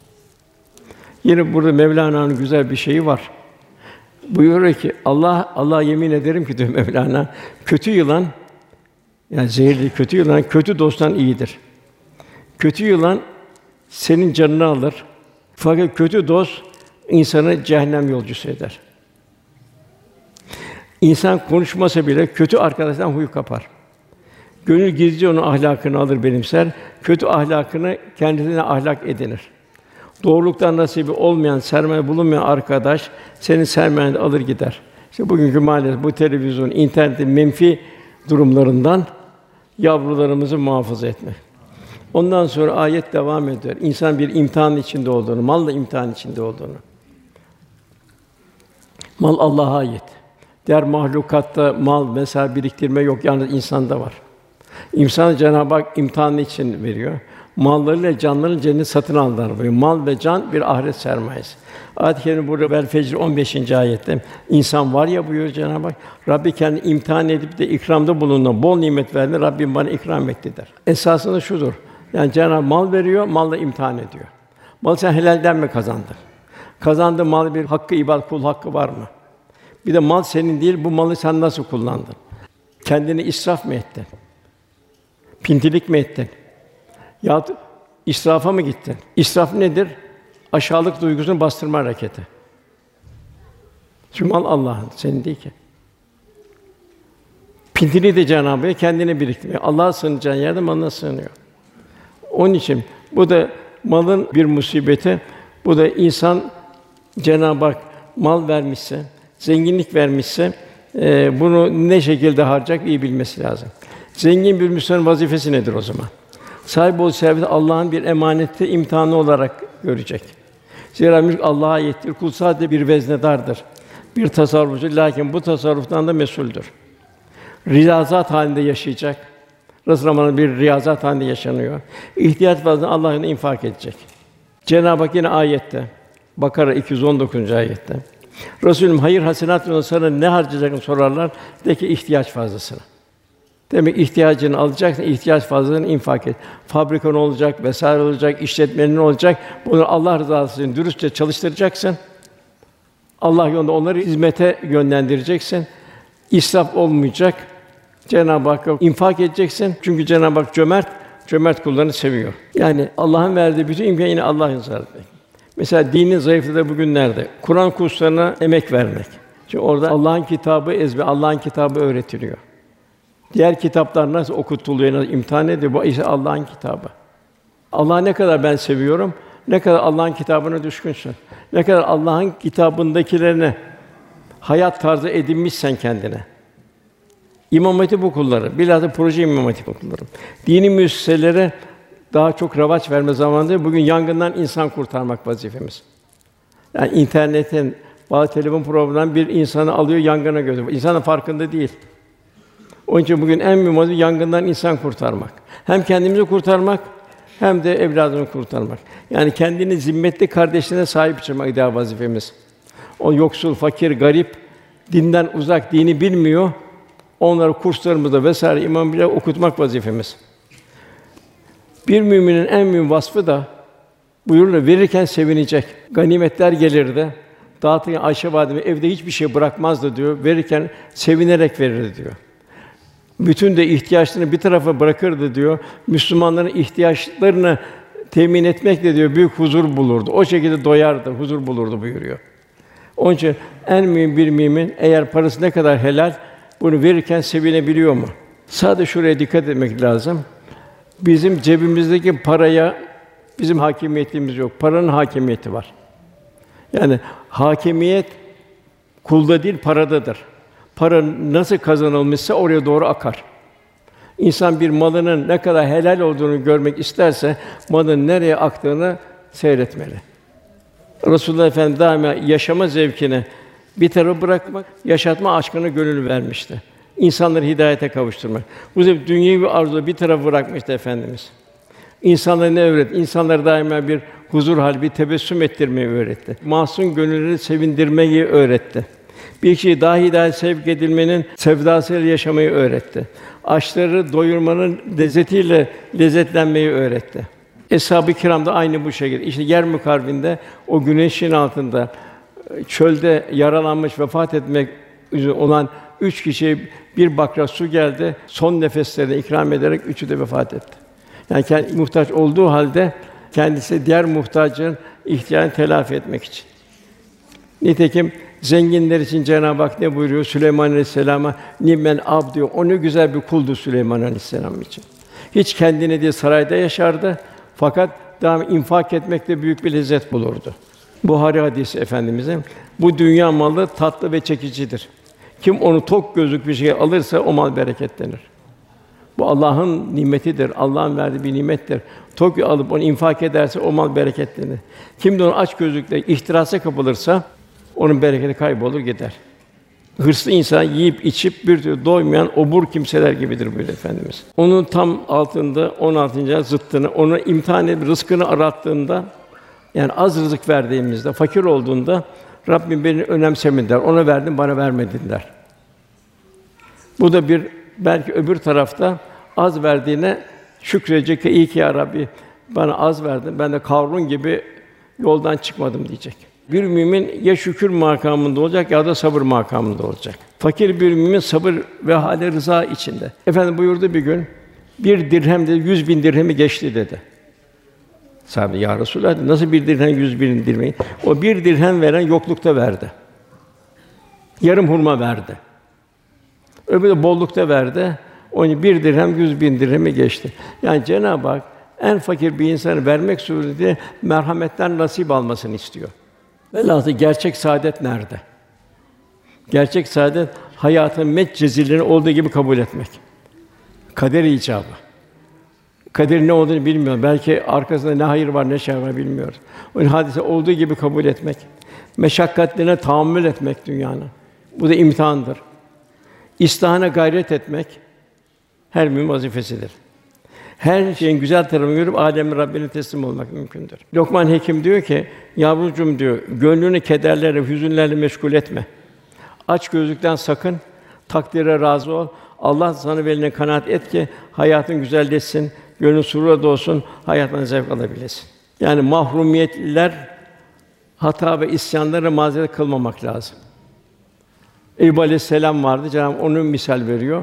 Yine burada Mevlana'nın güzel bir şeyi var. Buyuruyor ki Allah Allah'a yemin ederim ki diyor Mevlana, kötü yılan, yani zehirli kötü yılan kötü dosttan iyidir. Kötü yılan senin canını alır. Fakat kötü dost insanı cehennem yolcusu eder. İnsan konuşmasa bile kötü arkadaştan huy kapar. Gönül gizlice onun ahlakını alır, benimser. Kötü ahlakını kendisine ahlak edinir. Doğruluktan nasibi olmayan, sermaye bulunmayan arkadaş senin sermayeni alır gider. İşte bugünkü maalesef bu televizyon, internetin menfi durumlarından yavrularımızı muhafaza etmek. Ondan sonra ayet devam ediyor. İnsan bir imtihan içinde olduğunu, malla imtihan içinde olduğunu. Mal Allah'a ait. Diğer mahlukatta mal mesela biriktirme yok, yalnız insanda var. İnsan Cenab-ı Hak imtihan için veriyor. Mallarıyla canlarını cennet satın aldılar buyuruyor. Mal ve can bir ahiret sermayesi. Ayet-i kerime burada Vel Fecr on beşinci ayette insan var ya buyuruyor Cenab-ı Hak. Rabbi kendini imtihan edip de ikramda bulunduğunda bol nimet verdi. Rabbim bana ikram etti der. Esasında şudur. Yani Cenab-ı Hak mal veriyor, malla imtihan ediyor. Mal sen helalden mi kazandın? Kazandığın mal bir hakkı ibad, kul hakkı var mı? Bir de mal senin değil, bu malı sen nasıl kullandın? Kendini israf mı ettin? Pintilik mi ettin? Ya israfa mı gittin? İsraf nedir? Aşağılık duygusunu bastırma hareketi. Çünkü mal Allah'ın, senin değil ki. Pintiliği de Cenab-ı Hak kendine biriktiriyor. Allah'a sığınacağın yerde malına sığınıyor. Onun için bu da malın bir musibeti. Bu da insan Cenab-ı Hak mal vermişse, zenginlik vermişse e, bunu ne şekilde harcayacak iyi bilmesi lazım. Zengin bir Müslümanın vazifesi nedir o zaman? Sahip olduğu serveti Allah'ın bir emaneti, imtihanı olarak görecek. Zira mülk Allah'a aittir. Kul sadece bir veznedardır. Bir tasarrufçu, lakin bu tasarruftan da mesuldür. Riyazat halinde yaşayacak. Resulullah'ın bir riyazat halinde yaşanıyor. İhtiyaç fazlasını Allah yolunda infak edecek. Cenab-ı Hak yine ayette, Bakara iki yüz on dokuzuncu ayette, Resulüm hayır hasenat yolunda sana ne harcayacaksın sorarlar. De ki ihtiyaç fazlasını. Demek ihtiyacını alacaksın, ihtiyaç fazlasını infak et. Fabrikan olacak, vesaire olacak, işletmenin olacak. Bunu Allah rızası için dürüstçe çalıştıracaksın. Allah yolunda onları hizmete yönlendireceksin. İsraf olmayacak. Cenab-ı Hakk'a infak edeceksin. Çünkü Cenab-ı Hak cömert, cömert kullarını seviyor. Yani Allah'ın verdiği bütün imkan yine Allah'a izah etmek. Mesela dinin zayıflığı bugün nerede? Kur'an kurslarına emek vermek. Çünkü orada Allah'ın kitabı ezber, Allah'ın kitabı öğretiliyor. Diğer kitaplar nasıl okutuluyor, nasıl imtihan ediyor? Bu ise Allah'ın kitabı. Allah'ı ne kadar ben seviyorum, ne kadar Allah'ın kitabına düşkünsün, ne kadar Allah'ın kitabındakilerine hayat tarzı edinmişsen kendine. İmam Hatip okulları, bilhassa proje İmam Hatip okulları. Dini müesseselere daha çok ravaç verme zamanında bugün yangından insan kurtarmak vazifemiz. Yani internetin, bazı telefon programından bir insanı alıyor, yangına götürüyor. İnsanın farkında değil. Onun için bugün en mühim olan yangından insan kurtarmak. Hem kendimizi kurtarmak, hem de evladını kurtarmak. Yani kendini zimmetli kardeşine sahip çıkmak ideal vazifemiz. O yoksul, fakir, garip, dinden uzak, dini bilmiyor. Onları kurslarımızda vesaire imam bile okutmak vazifemiz. Bir müminin en mühim vasfı da buyuruluyor, verirken sevinecek. Ganimetler gelirdi. Dağıtırken Ayşe validemiz evde hiçbir şey bırakmazdı diyor. Verirken sevinerek verirdi diyor. Bütün de ihtiyaçlarını bir tarafa bırakırdı diyor. Müslümanların ihtiyaçlarını temin etmekle diyor büyük huzur bulurdu. O şekilde doyardı, huzur bulurdu buyuruyor. Onun için en mühim bir mümin eğer parası ne kadar helal bunu verirken sevinebiliyor mu? Sadece şuraya dikkat etmek lazım. Bizim cebimizdeki paraya bizim hakimiyetimiz yok. Paranın hakimiyeti var. Yani hakimiyet kulda değil paradadır. Para nasıl kazanılmışsa oraya doğru akar. İnsan bir malının ne kadar helal olduğunu görmek isterse malın nereye aktığını seyretmeli. Resulullah Efendimiz daima yaşama zevkini bir tarafa bırakmak, yaşatma aşkına gönül vermişti. İnsanları hidayete kavuşturmak. Bu sebeple dünyevi arzuyu bir tarafa bırakmıştı Efendimiz. İnsanlara ne öğretti? İnsanlara daima bir huzur hâli, bir tebessüm ettirmeyi öğretti. Mahzun gönülleri sevindirmeyi öğretti. Bir kişiyi daha hidayete sevk edilmenin sevdasıyla yaşamayı öğretti. Açları doyurmanın lezzetiyle lezzetlenmeyi öğretti. Eshab-ı Kiram da aynı bu şekilde. İşte Yermük Harbi'nde o güneşin altında çölde yaralanmış, vefat etmek üzere olan üç kişiye bir bakra su geldi. Son nefeslerini ikram ederek üçü de vefat etti. Yani kendi muhtaç olduğu halde kendisi diğer muhtacın ihtiyacını telafi etmek için. Nitekim zenginler için Cenab-ı Hak ne buyuruyor? Süleyman Aleyhisselam'a "Ni'mel abd" diyor. O ne güzel bir kuldu Süleyman Aleyhisselam için. Hiç kendine diye sarayda yaşardı fakat devam infak etmekte büyük bir lezzet bulurdu. Buhari hadisi efendimizin bu dünya malı tatlı ve çekicidir. Kim onu tok gözlük bir şey alırsa o mal bereketlenir. Bu Allah'ın nimetidir. Allah'ın verdiği bir nimettir. Tok alıp onu infak ederse o mal bereketlenir. Kim de onu aç gözlükle ihtirasa kapılırsa onun bereketi kaybolur gider. Hırslı insan yiyip içip bir türlü doymayan obur kimseler gibidir buyuruyor Efendimiz. Onun tam altında on altıncı zıttını, onu imtihan edip rızkını arattığında, yani az rızık verdiğimizde, fakir olduğunda Rabbim beni önemsemedi der. Ona verdin, bana vermedin der. Bu da bir belki öbür tarafta az verdiğine şükredecek ki iyi ki ya Rabbi bana az verdin. Ben de Karun gibi yoldan çıkmadım diyecek. Bir mümin ya şükür makamında olacak ya da sabır makamında olacak. Fakir bir mümin sabır ve hâle rıza içinde. Efendim buyurdu bir gün bir dirhem de yüz bin dirhemi geçti dedi. Sahabe ya Resulallah nasıl bir dirhem yüz bin dirhemi? O bir dirhem veren yoklukta verdi. Yarım hurma verdi. Öbürü de bollukta verdi. Onun bir dirhem yüz bin dirhemi geçti. Yani Cenab-ı Hak en fakir bir insanı vermek suretiyle merhametten nasip almasını istiyor. Velhâsıl gerçek saadet nerede? Gerçek saadet hayatın metcezillerini olduğu gibi kabul etmek. Kader icabı. Kaderin ne olduğunu bilmiyor. Belki arkasında ne hayır var ne şer var bilmiyoruz. O hadise olduğu gibi kabul etmek. Meşakkatlerine tahammül etmek dünyanın. Bu da imtihandır. İstihana gayret etmek her mümin vazifesidir. Her şeyin güzel tarafını görüp âlemin Rabbine teslim olmak mümkündür. Lokman Hekim diyor ki, yavrucuğum diyor, gönlünü kederlerle, hüzünlerle meşgul etme. Aç gözlükten sakın, takdire razı ol. Allah sana veline kanaat et ki hayatın güzelleşsin, gönlün surura dolsun, hayattan zevk alabilesin. Yani mahrumiyetliler hata ve isyanlara mazeret kılmamak lazım. Eyüp Aleyhisselam vardı. Cenab-ı Hak onun misal veriyor.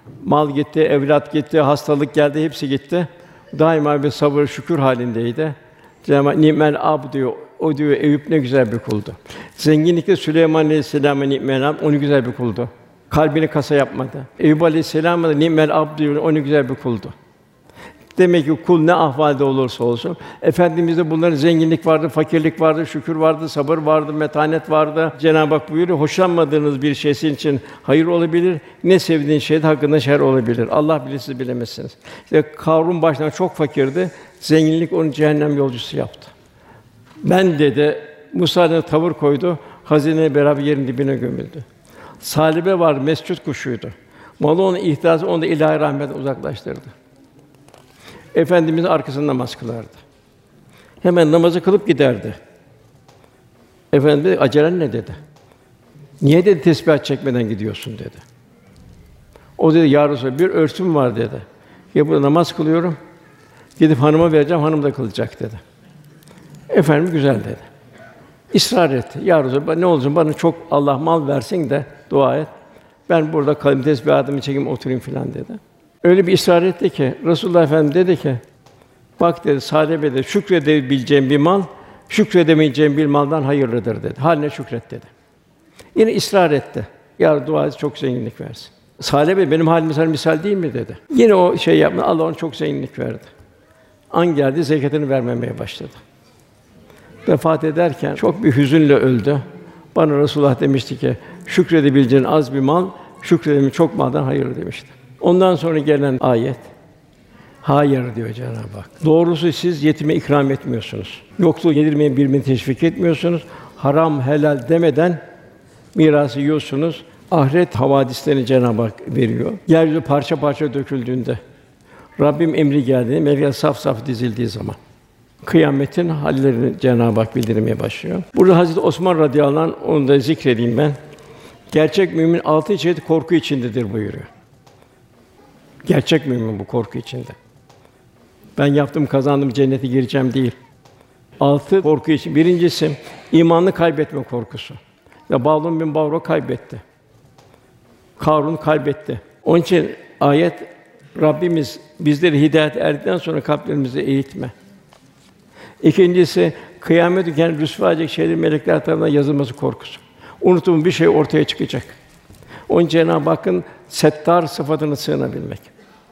Mal gitti, evlat gitti, hastalık geldi, hepsi gitti. Daima bir sabır, şükür halindeydi. Cenab-ı Hak "Ni'mel abd" diyor. O diyor Eyüp ne güzel bir kuldu. Zenginlikte Süleyman Aleyhisselam'a ni'mel abd, onu güzel bir kuldu. Kalbini kasa yapmadı. Eyüp Aleyhisselam'a da "Ni'mel abd" diyor, onu güzel bir kuldu. Demek ki kul ne ahvalde olursa olsun, Efendimiz'de bunların zenginlik vardı, fakirlik vardı, şükür vardı, sabır vardı, metanet vardı. Cenab-ı Hak buyuruyor, hoşlanmadığınız bir şey sizin için hayır olabilir, ne sevdiğiniz şey de hakkında şer olabilir. Allah bilir, siz bilemezsiniz. İşte Kârûn baştan çok fakirdi, zenginlik onu cehennem yolcusu yaptı. Ben dedi, Musa'ya tavır koydu, hazineyle beraber yerin dibine gömüldü. Salibe var, mescud kuşuydu. Malı onu ihtiyacı onu da ilahi rahmetten uzaklaştırdı. Efendimiz'in arkasında namaz kılardı. Hemen namazı kılıp giderdi. Efendimiz acelen ne dedi? Niye dedi tesbihat çekmeden gidiyorsun dedi. O dedi ya Resulallah bir örfüm var dedi. Ya burada namaz kılıyorum. Gidip hanıma vereceğim, hanım da kılacak dedi. Efendim güzel dedi. İsrar etti. Ya Resulallah ne olursun bana çok Allah mal versin de dua et. Ben burada kalayım, tesbihatımı çekeyim, oturayım filan dedi. Öyle bir ısrar etti ki Resulullah Efendimiz dedi ki, bak dedi Salibe de şükredebileceğin bir mal, şükredemeyeceğin bir maldan hayırlıdır dedi. Haline şükret dedi. Yine ısrar etti. Ya dua et çok zenginlik versin. Salibe benim halim sana misal değil mi dedi. Yine o şey yaptı. Allah ona çok zenginlik verdi. An geldi zekatını vermemeye başladı. Vefat ederken çok bir hüzünle öldü. Bana Resulullah demişti ki şükredebileceğin az bir mal, şükredebileceğin çok maldan hayırlı demişti. Ondan sonra gelen ayet, hayır diyor Cenab-ı Hak. Doğrusu siz yetime ikram etmiyorsunuz. Yoksul yedirmeyin, birbirini teşvik etmiyorsunuz. Haram, helal demeden mirası yiyorsunuz. Ahiret havadislerini Cenab-ı Hak veriyor. Yeryüzü parça parça döküldüğünde, Rabbim emri geldiğinde, Mevla saf saf dizildiği zaman, kıyametin hallerini Cenab-ı Hak bildirmeye başlıyor. Burada Hazreti Osman radıyallahu anh, onu da zikredeyim ben. Gerçek mümin altı çeşit korku içindedir buyuruyor. Gerçek mümin bu korku içinde. Ben yaptım, kazandım, cennete gireceğim değil. Altı korku için. Birincisi imanını kaybetme korkusu. Ya Bağlun bin Bavra kaybetti. Kârûn kaybetti. Onun için ayet Rabbimiz bizleri hidayet erdikten sonra kalplerimizi eğitme. İkincisi kıyamet günü rüsvâ edecek şeylerin melekler tarafından yazılması korkusu. Unuttuğum bir şey ortaya çıkacak. Onun için Cenab-ı Hakk'ın Settar sıfatına sığınabilmek.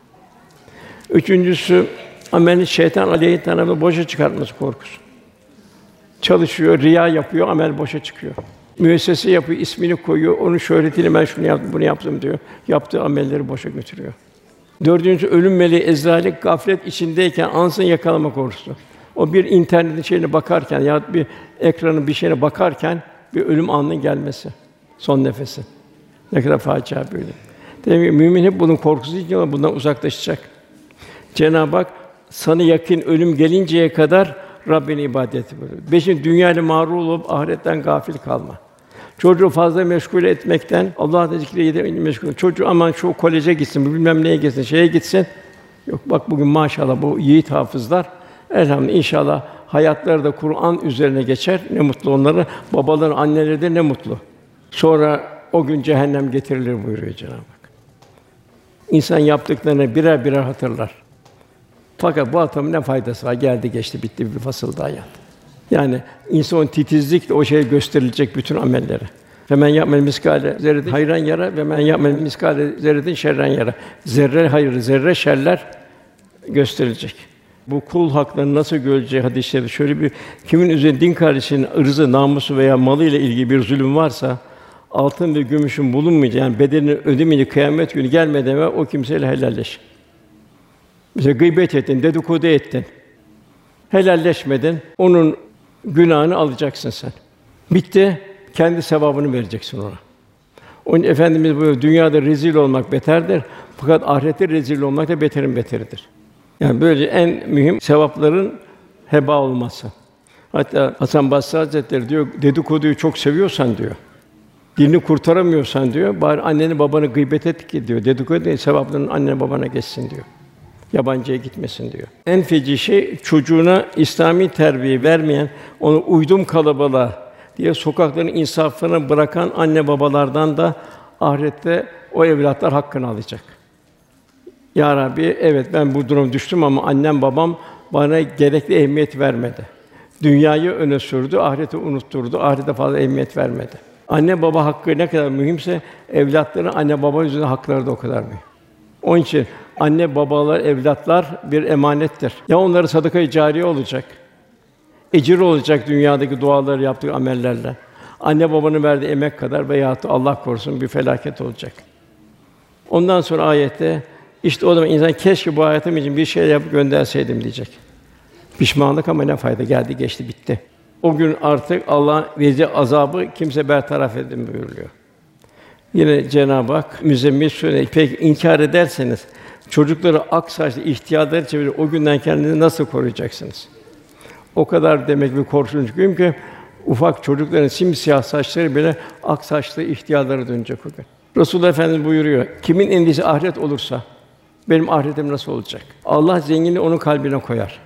Üçüncüsü ameli şeytan aleyhi tarafından boşa çıkartması korkusu. Çalışıyor, riya yapıyor, amel boşa çıkıyor. Müessese yapıyor, ismini koyuyor, onun şöhretiyle ben şunu yaptım, bunu yaptım diyor. Yaptığı amelleri boşa götürüyor. Dördüncüsü ölüm meleği Ezrail gaflet içindeyken ansızın yakalama korkusu. O bir internetin şeyine bakarken ya bir ekranın bir şeyine bakarken bir ölüm anının gelmesi, son nefesi. Ne kadar facia böyle. Demek ki mümin hep bunun korkusu için ama bundan uzaklaşacak. Cenab-ı Hak sana yakın ölüm gelinceye kadar Rabbine ibadet buyuruyor. Beşinci dünyayla mağrur olup ahiretten gafil kalma. Çocuğu fazla meşgul etmekten Allah'ın zikriyle meşgul. Çocuğu aman şu koleje gitsin, bilmem neye gitsin, şeye gitsin. Yok bak bugün maşallah bu yiğit hafızlar elhamdülillah inşallah hayatları da Kur'an üzerine geçer. Ne mutlu onlara. Babaların, anneleri de ne mutlu. Sonra o gün cehennem getirilir buyuruyor Cenab-ı Hak. İnsan yaptıklarını birer birer hatırlar. Fakat bu hatırlamın ne faydası var? Geldi geçti bitti bir fasılda hayat. Yani insan titizlikle o şey gösterilecek bütün amelleri. Hemen yapmayın miskale zerretin hayran yara ve men yapmayın miskale zerretin şerren yara. Zerre hayır, zerre şerler gösterilecek. Bu kul haklarını nasıl göreceği hadisleri şöyle bir kimin üzerinde din kardeşinin ırzı, namusu veya malı ile ilgili bir zulüm varsa altın ve gümüşün bulunmayacağı yani bedelini ödemeyeceği kıyamet günü gelmeden evvel o kimseyle helalleş. Mesela gıybet ettin, dedikodu ettin. Helalleşmedin, onun günahını alacaksın sen. Bitti, kendi sevabını vereceksin ona. Onun Efendimiz buyuruyor, dünyada rezil olmak beterdir. Fakat ahirette rezil olmak da beterin beteridir. Yani böylece en mühim sevapların heba olması. Hatta Hasan Basri Hazretleri diyor, dedikoduyu çok seviyorsan diyor, dinini kurtaramıyorsan diyor, bari anneni babanı gıybet et ki diyor, dedikodu değil, sevapların annene babana geçsin diyor. Yabancıya gitmesin diyor. En feci şey çocuğuna İslami terbiye vermeyen, onu uydum kalabalığa diye sokakların insafını bırakan anne babalardan da ahirette o evlatlar hakkını alacak. Ya Rabbi, evet ben bu duruma düştüm ama annem babam bana gerekli ehemmiyet vermedi. Dünyayı öne sürdü, ahireti unutturdu, ahirete fazla ehemmiyet vermedi. Anne baba hakkı ne kadar mühimse evlatların anne baba yüzünden hakları da o kadar mühim. Onun için anne babalar, evlatlar bir emanettir. Ya onları sadaka-i cariye olacak, ecir olacak dünyadaki duaları yaptığı amellerle. Anne babanın verdiği emek kadar veyahut da Allah korusun bir felaket olacak. Ondan sonra ayette işte o zaman insan keşke bu hayatım için bir şey yapıp gönderseydim diyecek. Pişmanlık ama ne fayda, geldi geçti bitti. O gün artık Allah'ın vereceği azabı kimse bertaraf edin buyuruyor. Yine Cenab-ı Hak Müzzemmil Sûresi'nde peki inkar ederseniz çocukları ak saçlı ihtiyarları çevirir o günden kendinizi nasıl koruyacaksınız? O kadar demek bir korkunç gün ki ufak çocukların simsiyah saçları bile ak saçlı ihtiyarlara dönecek o gün. Resulullah Efendimiz buyuruyor. Kimin endişesi ahiret olursa benim ahiretim nasıl olacak? Allah zenginliği onun kalbine koyar.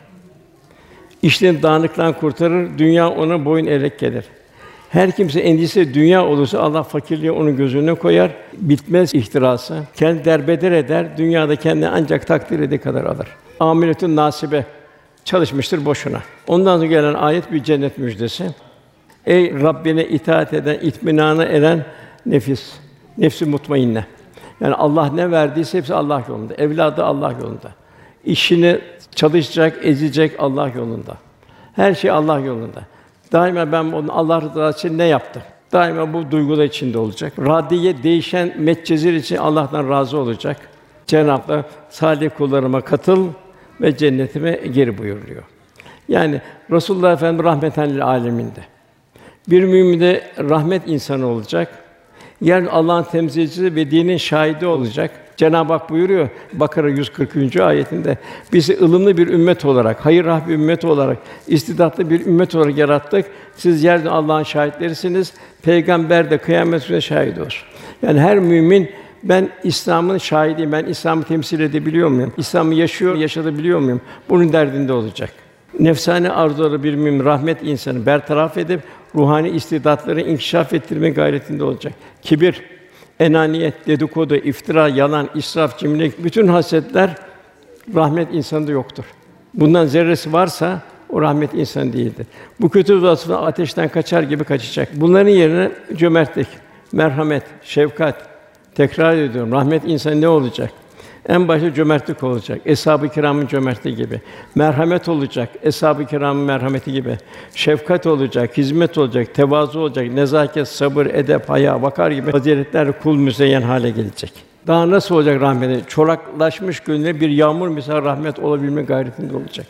İşlerin dağınıklıktan kurtarır, dünya ona boyun eğerek gelir. Her kimse endişesi dünya olursa Allah fakirliği onun gözüne koyar, bitmez ihtirası. Kendi derbeder eder, dünyada kendini ancak takdir edildiği kadar alır. Amiletün nasibe çalışmıştır boşuna. Ondan sonra gelen ayet bir cennet müjdesi. Ey Rabbine itaat eden, itminana eren nefis, nefs-i mutmainne. Yani Allah ne verdiyse hepsi Allah yolunda. Evladı Allah yolunda. İşini çalışacak, ezecek Allah yolunda. Her şey Allah yolunda. Daima ben onu Allah rızası için ne yaptım? Daima bu duygular içinde olacak. Radiye değişen metcezir için Allah'tan razı olacak. Cenab-ı Hak salih kullarıma katıl ve cennetime gir buyuruyor. Yani Resulullah Efendimiz rahmeten lil âleminde. Bir mümin de rahmet insanı olacak. Yer Allah'ın temsilcisi ve dinin şahidi olacak. Cenab-ı Hak buyuruyor Bakara yüz kırk üçüncü ayetinde bizi ılımlı bir ümmet olarak, hayır-rah bir ümmet olarak, istidatlı bir ümmet olarak yarattık. Siz yerde Allah'ın şahitlerisiniz. Peygamber de kıyamet günü şahit olsun. Yani her mümin ben İslam'ın şahidiyim. Ben İslam'ı temsil edebiliyor muyum? İslam'ı yaşıyor, yaşatabiliyor muyum? Bunun derdinde olacak. Nefsani arzuları bir mümin rahmet insanı bertaraf edip ruhani istidatları inkişaf ettirme gayretinde olacak. Kibir, enaniyet, dedikodu, iftira, yalan, israf, cimrilik bütün hasetler rahmet insanında yoktur. Bundan zerresi varsa o rahmet insan değildir. Bu kötü vasıflar ateşten kaçar gibi kaçacak. Bunların yerine cömertlik, merhamet, şefkat, tekrar ediyorum. Rahmet insan ne olacak? En başta cömertlik olacak. Eshab-ı Kiram'ın cömertliği gibi. Merhamet olacak. Eshab-ı Kiram'ın merhameti gibi. Şefkat olacak, hizmet olacak, tevazu olacak, nezaket, sabır, edep, haya, vakar gibi faziletler kul müzeyyen hale gelecek. Daha nasıl olacak rahmeti? Çoraklaşmış gönlüne bir yağmur misal rahmet olabilme gayretinde olacak.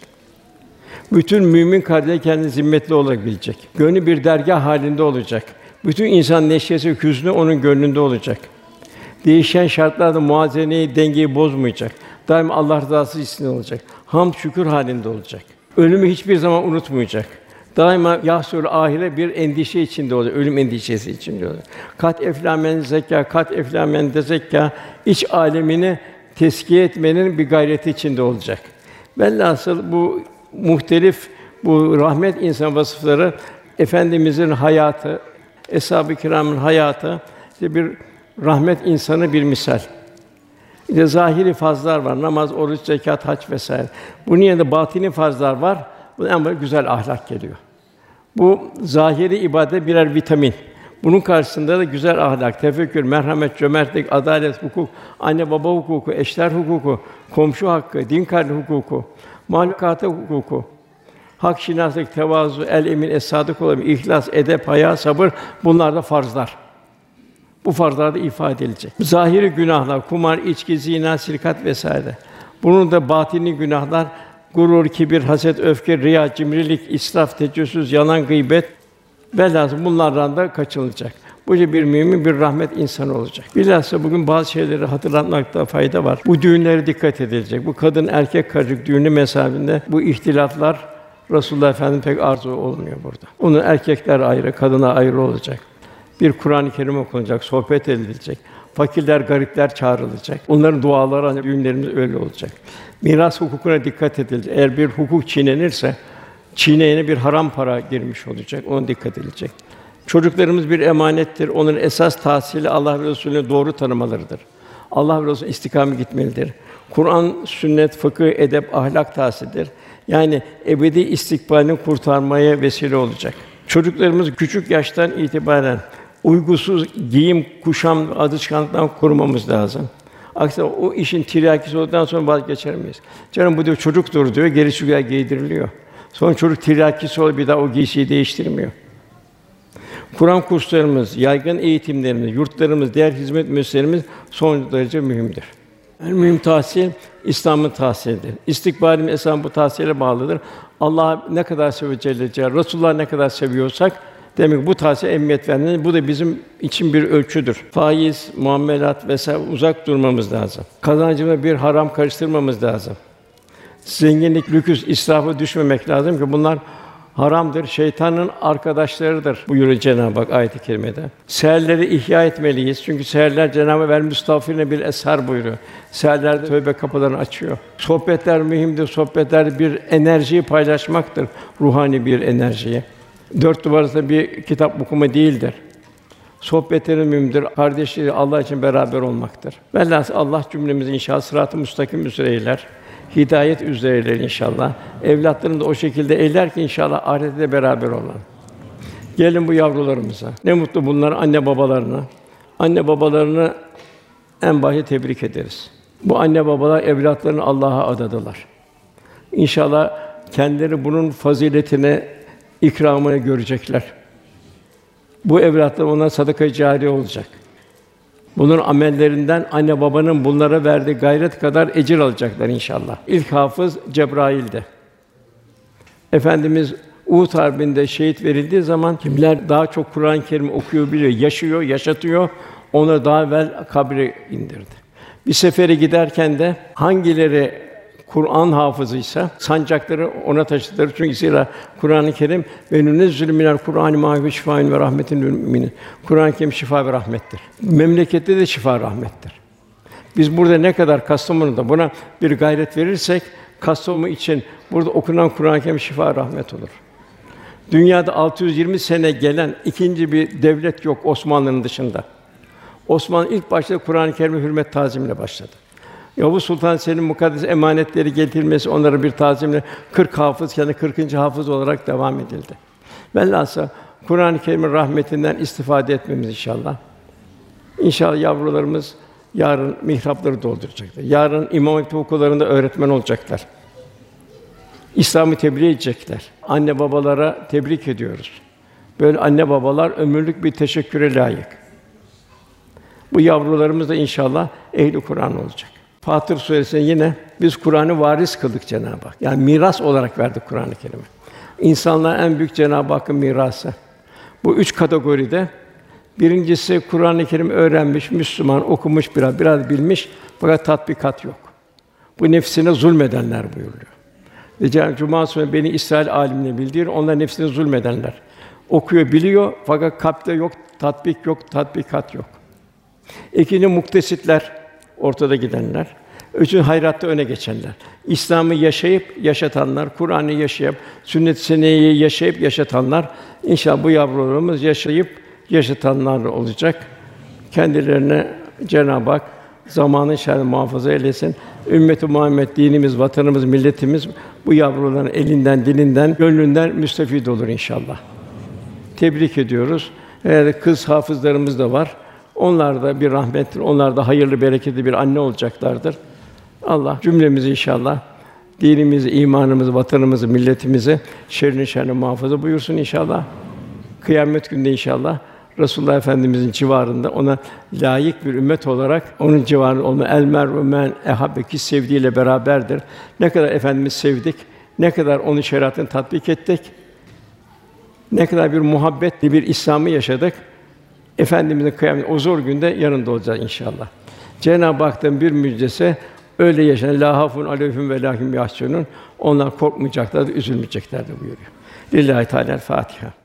Bütün mümin kardeşi kendini zimmetli olarak bilecek. Gönlü bir dergâh halinde olacak. Bütün insan neşesi, hüznü onun gönlünde olacak. Değişen şartlarda muvazeneyi, dengeyi bozmayacak. Daima Allah rızası içinde olacak. Hamd şükür halinde olacak. Ölümü hiçbir zaman unutmayacak. Daima yahsûl âhire bir endişe içinde olacak. Ölüm endişesi içinde olacak. Kat eflâ men zekkâ, kat eflâ men tezekkâ iç âlemini tezkiye etmenin bir gayreti içinde olacak. Velhasıl bu muhtelif bu rahmet insan vasıfları Efendimizin hayatı, Eshab-ı Kirâm'ın hayatı işte bir rahmet insanı bir misal. İşte zahiri farzlar var. Namaz, oruç, zekat, hac vesaire. Bunun yanında batini farzlar var. Bu en böyle güzel ahlak geliyor. Bu zahiri ibadet birer vitamin. Bunun karşısında da güzel ahlak, tefekkür, merhamet, cömertlik, adalet, hukuk, anne baba hukuku, eşler hukuku, komşu hakkı, din kardeşi hukuku, mahlukata hukuku, hak şinaslık, tevazu, el emin, es-sadık olabilme, ihlas, edep, haya, sabır bunlar da farzlar. Bu farzlarda ifade edilecek. Zahiri günahlar, kumar, içki, zina, sirkat vesaire. Bunun da batini günahlar, gurur, kibir, haset, öfke, riya, cimrilik, israf, tecessüs, yalan, gıybet velhâsıl bunlardan da kaçınılacak. Bu bir mümin bir rahmet insanı olacak. Bilhassa bugün bazı şeyleri hatırlatmakta fayda var. Bu düğünlere dikkat edilecek. Bu kadın erkek karışık düğünü mesabinde bu ihtilaflar Resulullah Efendimiz pek arzu olmuyor burada. Onun erkekler ayrı, kadına ayrı olacak. Bir Kur'an-ı Kerim okunacak, sohbet edilecek. Fakirler, garipler çağrılacak. Onların duaları hani düğünlerimiz öyle olacak. Miras hukukuna dikkat edilecek. Eğer bir hukuk çiğnenirse çiğneyene bir haram para girmiş olacak. Ona dikkat edilecek. Çocuklarımız bir emanettir. Onların esas tahsili Allah ve Resulü'nü doğru tanımalarıdır. Allah ve Resulü istikamet gitmelidir. Kur'an, sünnet, fıkıh, edep, ahlak tahsilidir. Yani ebedi istikbalini kurtarmaya vesile olacak. Çocuklarımızı küçük yaştan itibaren uygusuz giyim, kuşam, alışkanlıktan korumamız lazım. Aksine o işin tiryakisi olduktan sonra vazgeçer miyiz? Canım bu diyor çocuktur diyor, geri çıkıyor giydiriliyor. Sonra çocuk tiryakisi oluyor, bir daha o giysiyi değiştirmiyor. Kur'an kurslarımız, yaygın eğitimlerimiz, yurtlarımız, diğer hizmet müesseselerimiz son derece mühimdir. En mühim tahsil İslam'ın tahsilidir. İstikbalimiz esas bu tahsile bağlıdır. Allah ne kadar seviyor Celle Celaluhu, Resulullah ne kadar seviyorsak demek ki bu tahsile emniyet vermemiz, bu da bizim için bir ölçüdür. Faiz, muamelat vesaire uzak durmamız lazım. Kazancımıza bir haram karıştırmamız lazım. Zenginlik, lüküs, israfa düşmemek lazım ki bunlar haramdır, şeytanın arkadaşlarıdır buyuruyor Cenab-ı Hak ayet-i kerimede. Seherleri ihya etmeliyiz. Çünkü seherler Cenab-ı Hak "vel müstağfirine bil eshar" buyuruyor. Seherlerde tövbe kapılarını açıyor. Sohbetler mühimdir. Sohbetler bir enerjiyi paylaşmaktır, ruhani bir enerjiyi. Dört duvar arasında bir kitap okuma değildir. Sohbetlerin mühimdir. Kardeşleri Allah için beraber olmaktır. Velhâsıl Allah cümlemizi inşallah sırat-ı müstakim üzere eyler. Hidayet üzere eyler inşallah. Evlatlarını da o şekilde eyler ki inşallah ahirette de beraber olalım. Gelin bu yavrularımıza. Ne mutlu bunlar anne babalarına. Anne babalarını en başta tebrik ederiz. Bu anne babalar evlatlarını Allah'a adadılar. İnşallah kendileri bunun faziletini, ikramını görecekler. Bu evlatlar ona sadaka-i câriye olacak. Bunun amellerinden anne babanın bunlara verdiği gayret kadar ecir alacaklar inşallah. İlk hafız Cebrail'di. Efendimiz Uhud Harbi'nde şehit verildiği zaman kimler daha çok Kur'an-ı Kerim okuyor biliyor, yaşıyor, yaşatıyor, onu daha evvel kabre indirdi. Bir sefere giderken de hangileri Kur'an hafızıysa sancakları ona taşıdılar. Çünkü zira Kur'an-ı Kerim ve nünezzilü minel Kur'an mâ huve şifâun ve rahmetun lil müminin. Kur'an-ı Kerim şifa ve rahmettir. Memlekette de şifa rahmettir. Biz burada ne kadar Kastamonu'da buna bir gayret verirsek Kastamonu için burada okunan Kur'an-ı Kerim şifa rahmet olur. Dünyada altı yüz yirmi sene gelen ikinci bir devlet yok Osmanlı'nın dışında. Osmanlı ilk başta Kur'an-ı Kerim'e hürmet tazimle başladı. Yavuz Sultan Selim'in mukaddes emanetleri getirilmesi, onlara bir tazimle kırk hafız, yani kırkıncı hafız olarak devam edildi. Velhâsıl Kur'an-ı Kerim'in rahmetinden istifade etmemiz inşallah. İnşallah yavrularımız yarın mihrapları dolduracaklar. Yarın İmam Hatip okullarında öğretmen olacaklar. İslam'ı tebliğ edecekler. Anne babalara tebrik ediyoruz. Böyle anne babalar ömürlük bir teşekküre layık. Bu yavrularımız da inşallah ehli Kur'an olacak. Fatır Suresi'nde yine biz Kur'an'ı varis kıldık Cenab-ı Hak. Yani miras olarak verdik Kur'an-ı Kerim'i. İnsanlığa en büyük Cenab-ı Hakk'ın mirası. Bu üç kategoride birincisi Kur'an-ı Kerim öğrenmiş, Müslüman, okumuş biraz, biraz bilmiş fakat tatbikat yok. Bu nefsine zulmedenler buyuruyor. Ve Cenab-ı Cuma Suresi'nde Beni İsrail âlimini bildir, onlar nefsine zulmedenler. Okuyor, biliyor fakat kalpte yok, tatbik yok, tatbikat yok. İkinci muktesitler, ortada gidenler. Üçüncü hayratta öne geçenler. İslam'ı yaşayıp yaşatanlar, Kur'an'ı yaşayıp, sünnet-i seniyyeyi yaşayıp yaşatanlar. İnşallah bu yavrularımız yaşayıp yaşatanlar olacak. Kendilerine Cenab-ı Hak zamanın şerrinden muhafaza eylesin. Ümmet-i Muhammed dinimiz, vatanımız, milletimiz bu yavruların elinden, dilinden, gönlünden müstefid olur inşallah. Tebrik ediyoruz. Eğer kız hafızlarımız da var. Onlar da bir rahmettir. Onlar da hayırlı, bereketli bir anne olacaklardır. Allah cümlemizi inşallah dinimizi, imanımızı, vatanımızı, milletimizi şerrin şerrinden muhafaza buyursun inşallah. Kıyamet gününde inşallah Resulullah Efendimizin civarında ona layık bir ümmet olarak onun civarında olma el mer'u men ehabbe ki sevdiğiyle beraberdir. Ne kadar Efendimiz sevdik, ne kadar onun şeriatını tatbik ettik, ne kadar bir muhabbetli bir İslam'ı yaşadık. Efendimizin kıyamet o zor günde yanında olacağız inşallah. Cenab-ı Hak'tan bir müjdesi öyle yaşayan la hafun aleyhim ve lahum yahsunun onlar korkmayacaklar, üzülmeyecekler de buyuruyor. Lillahi Teala Fatiha.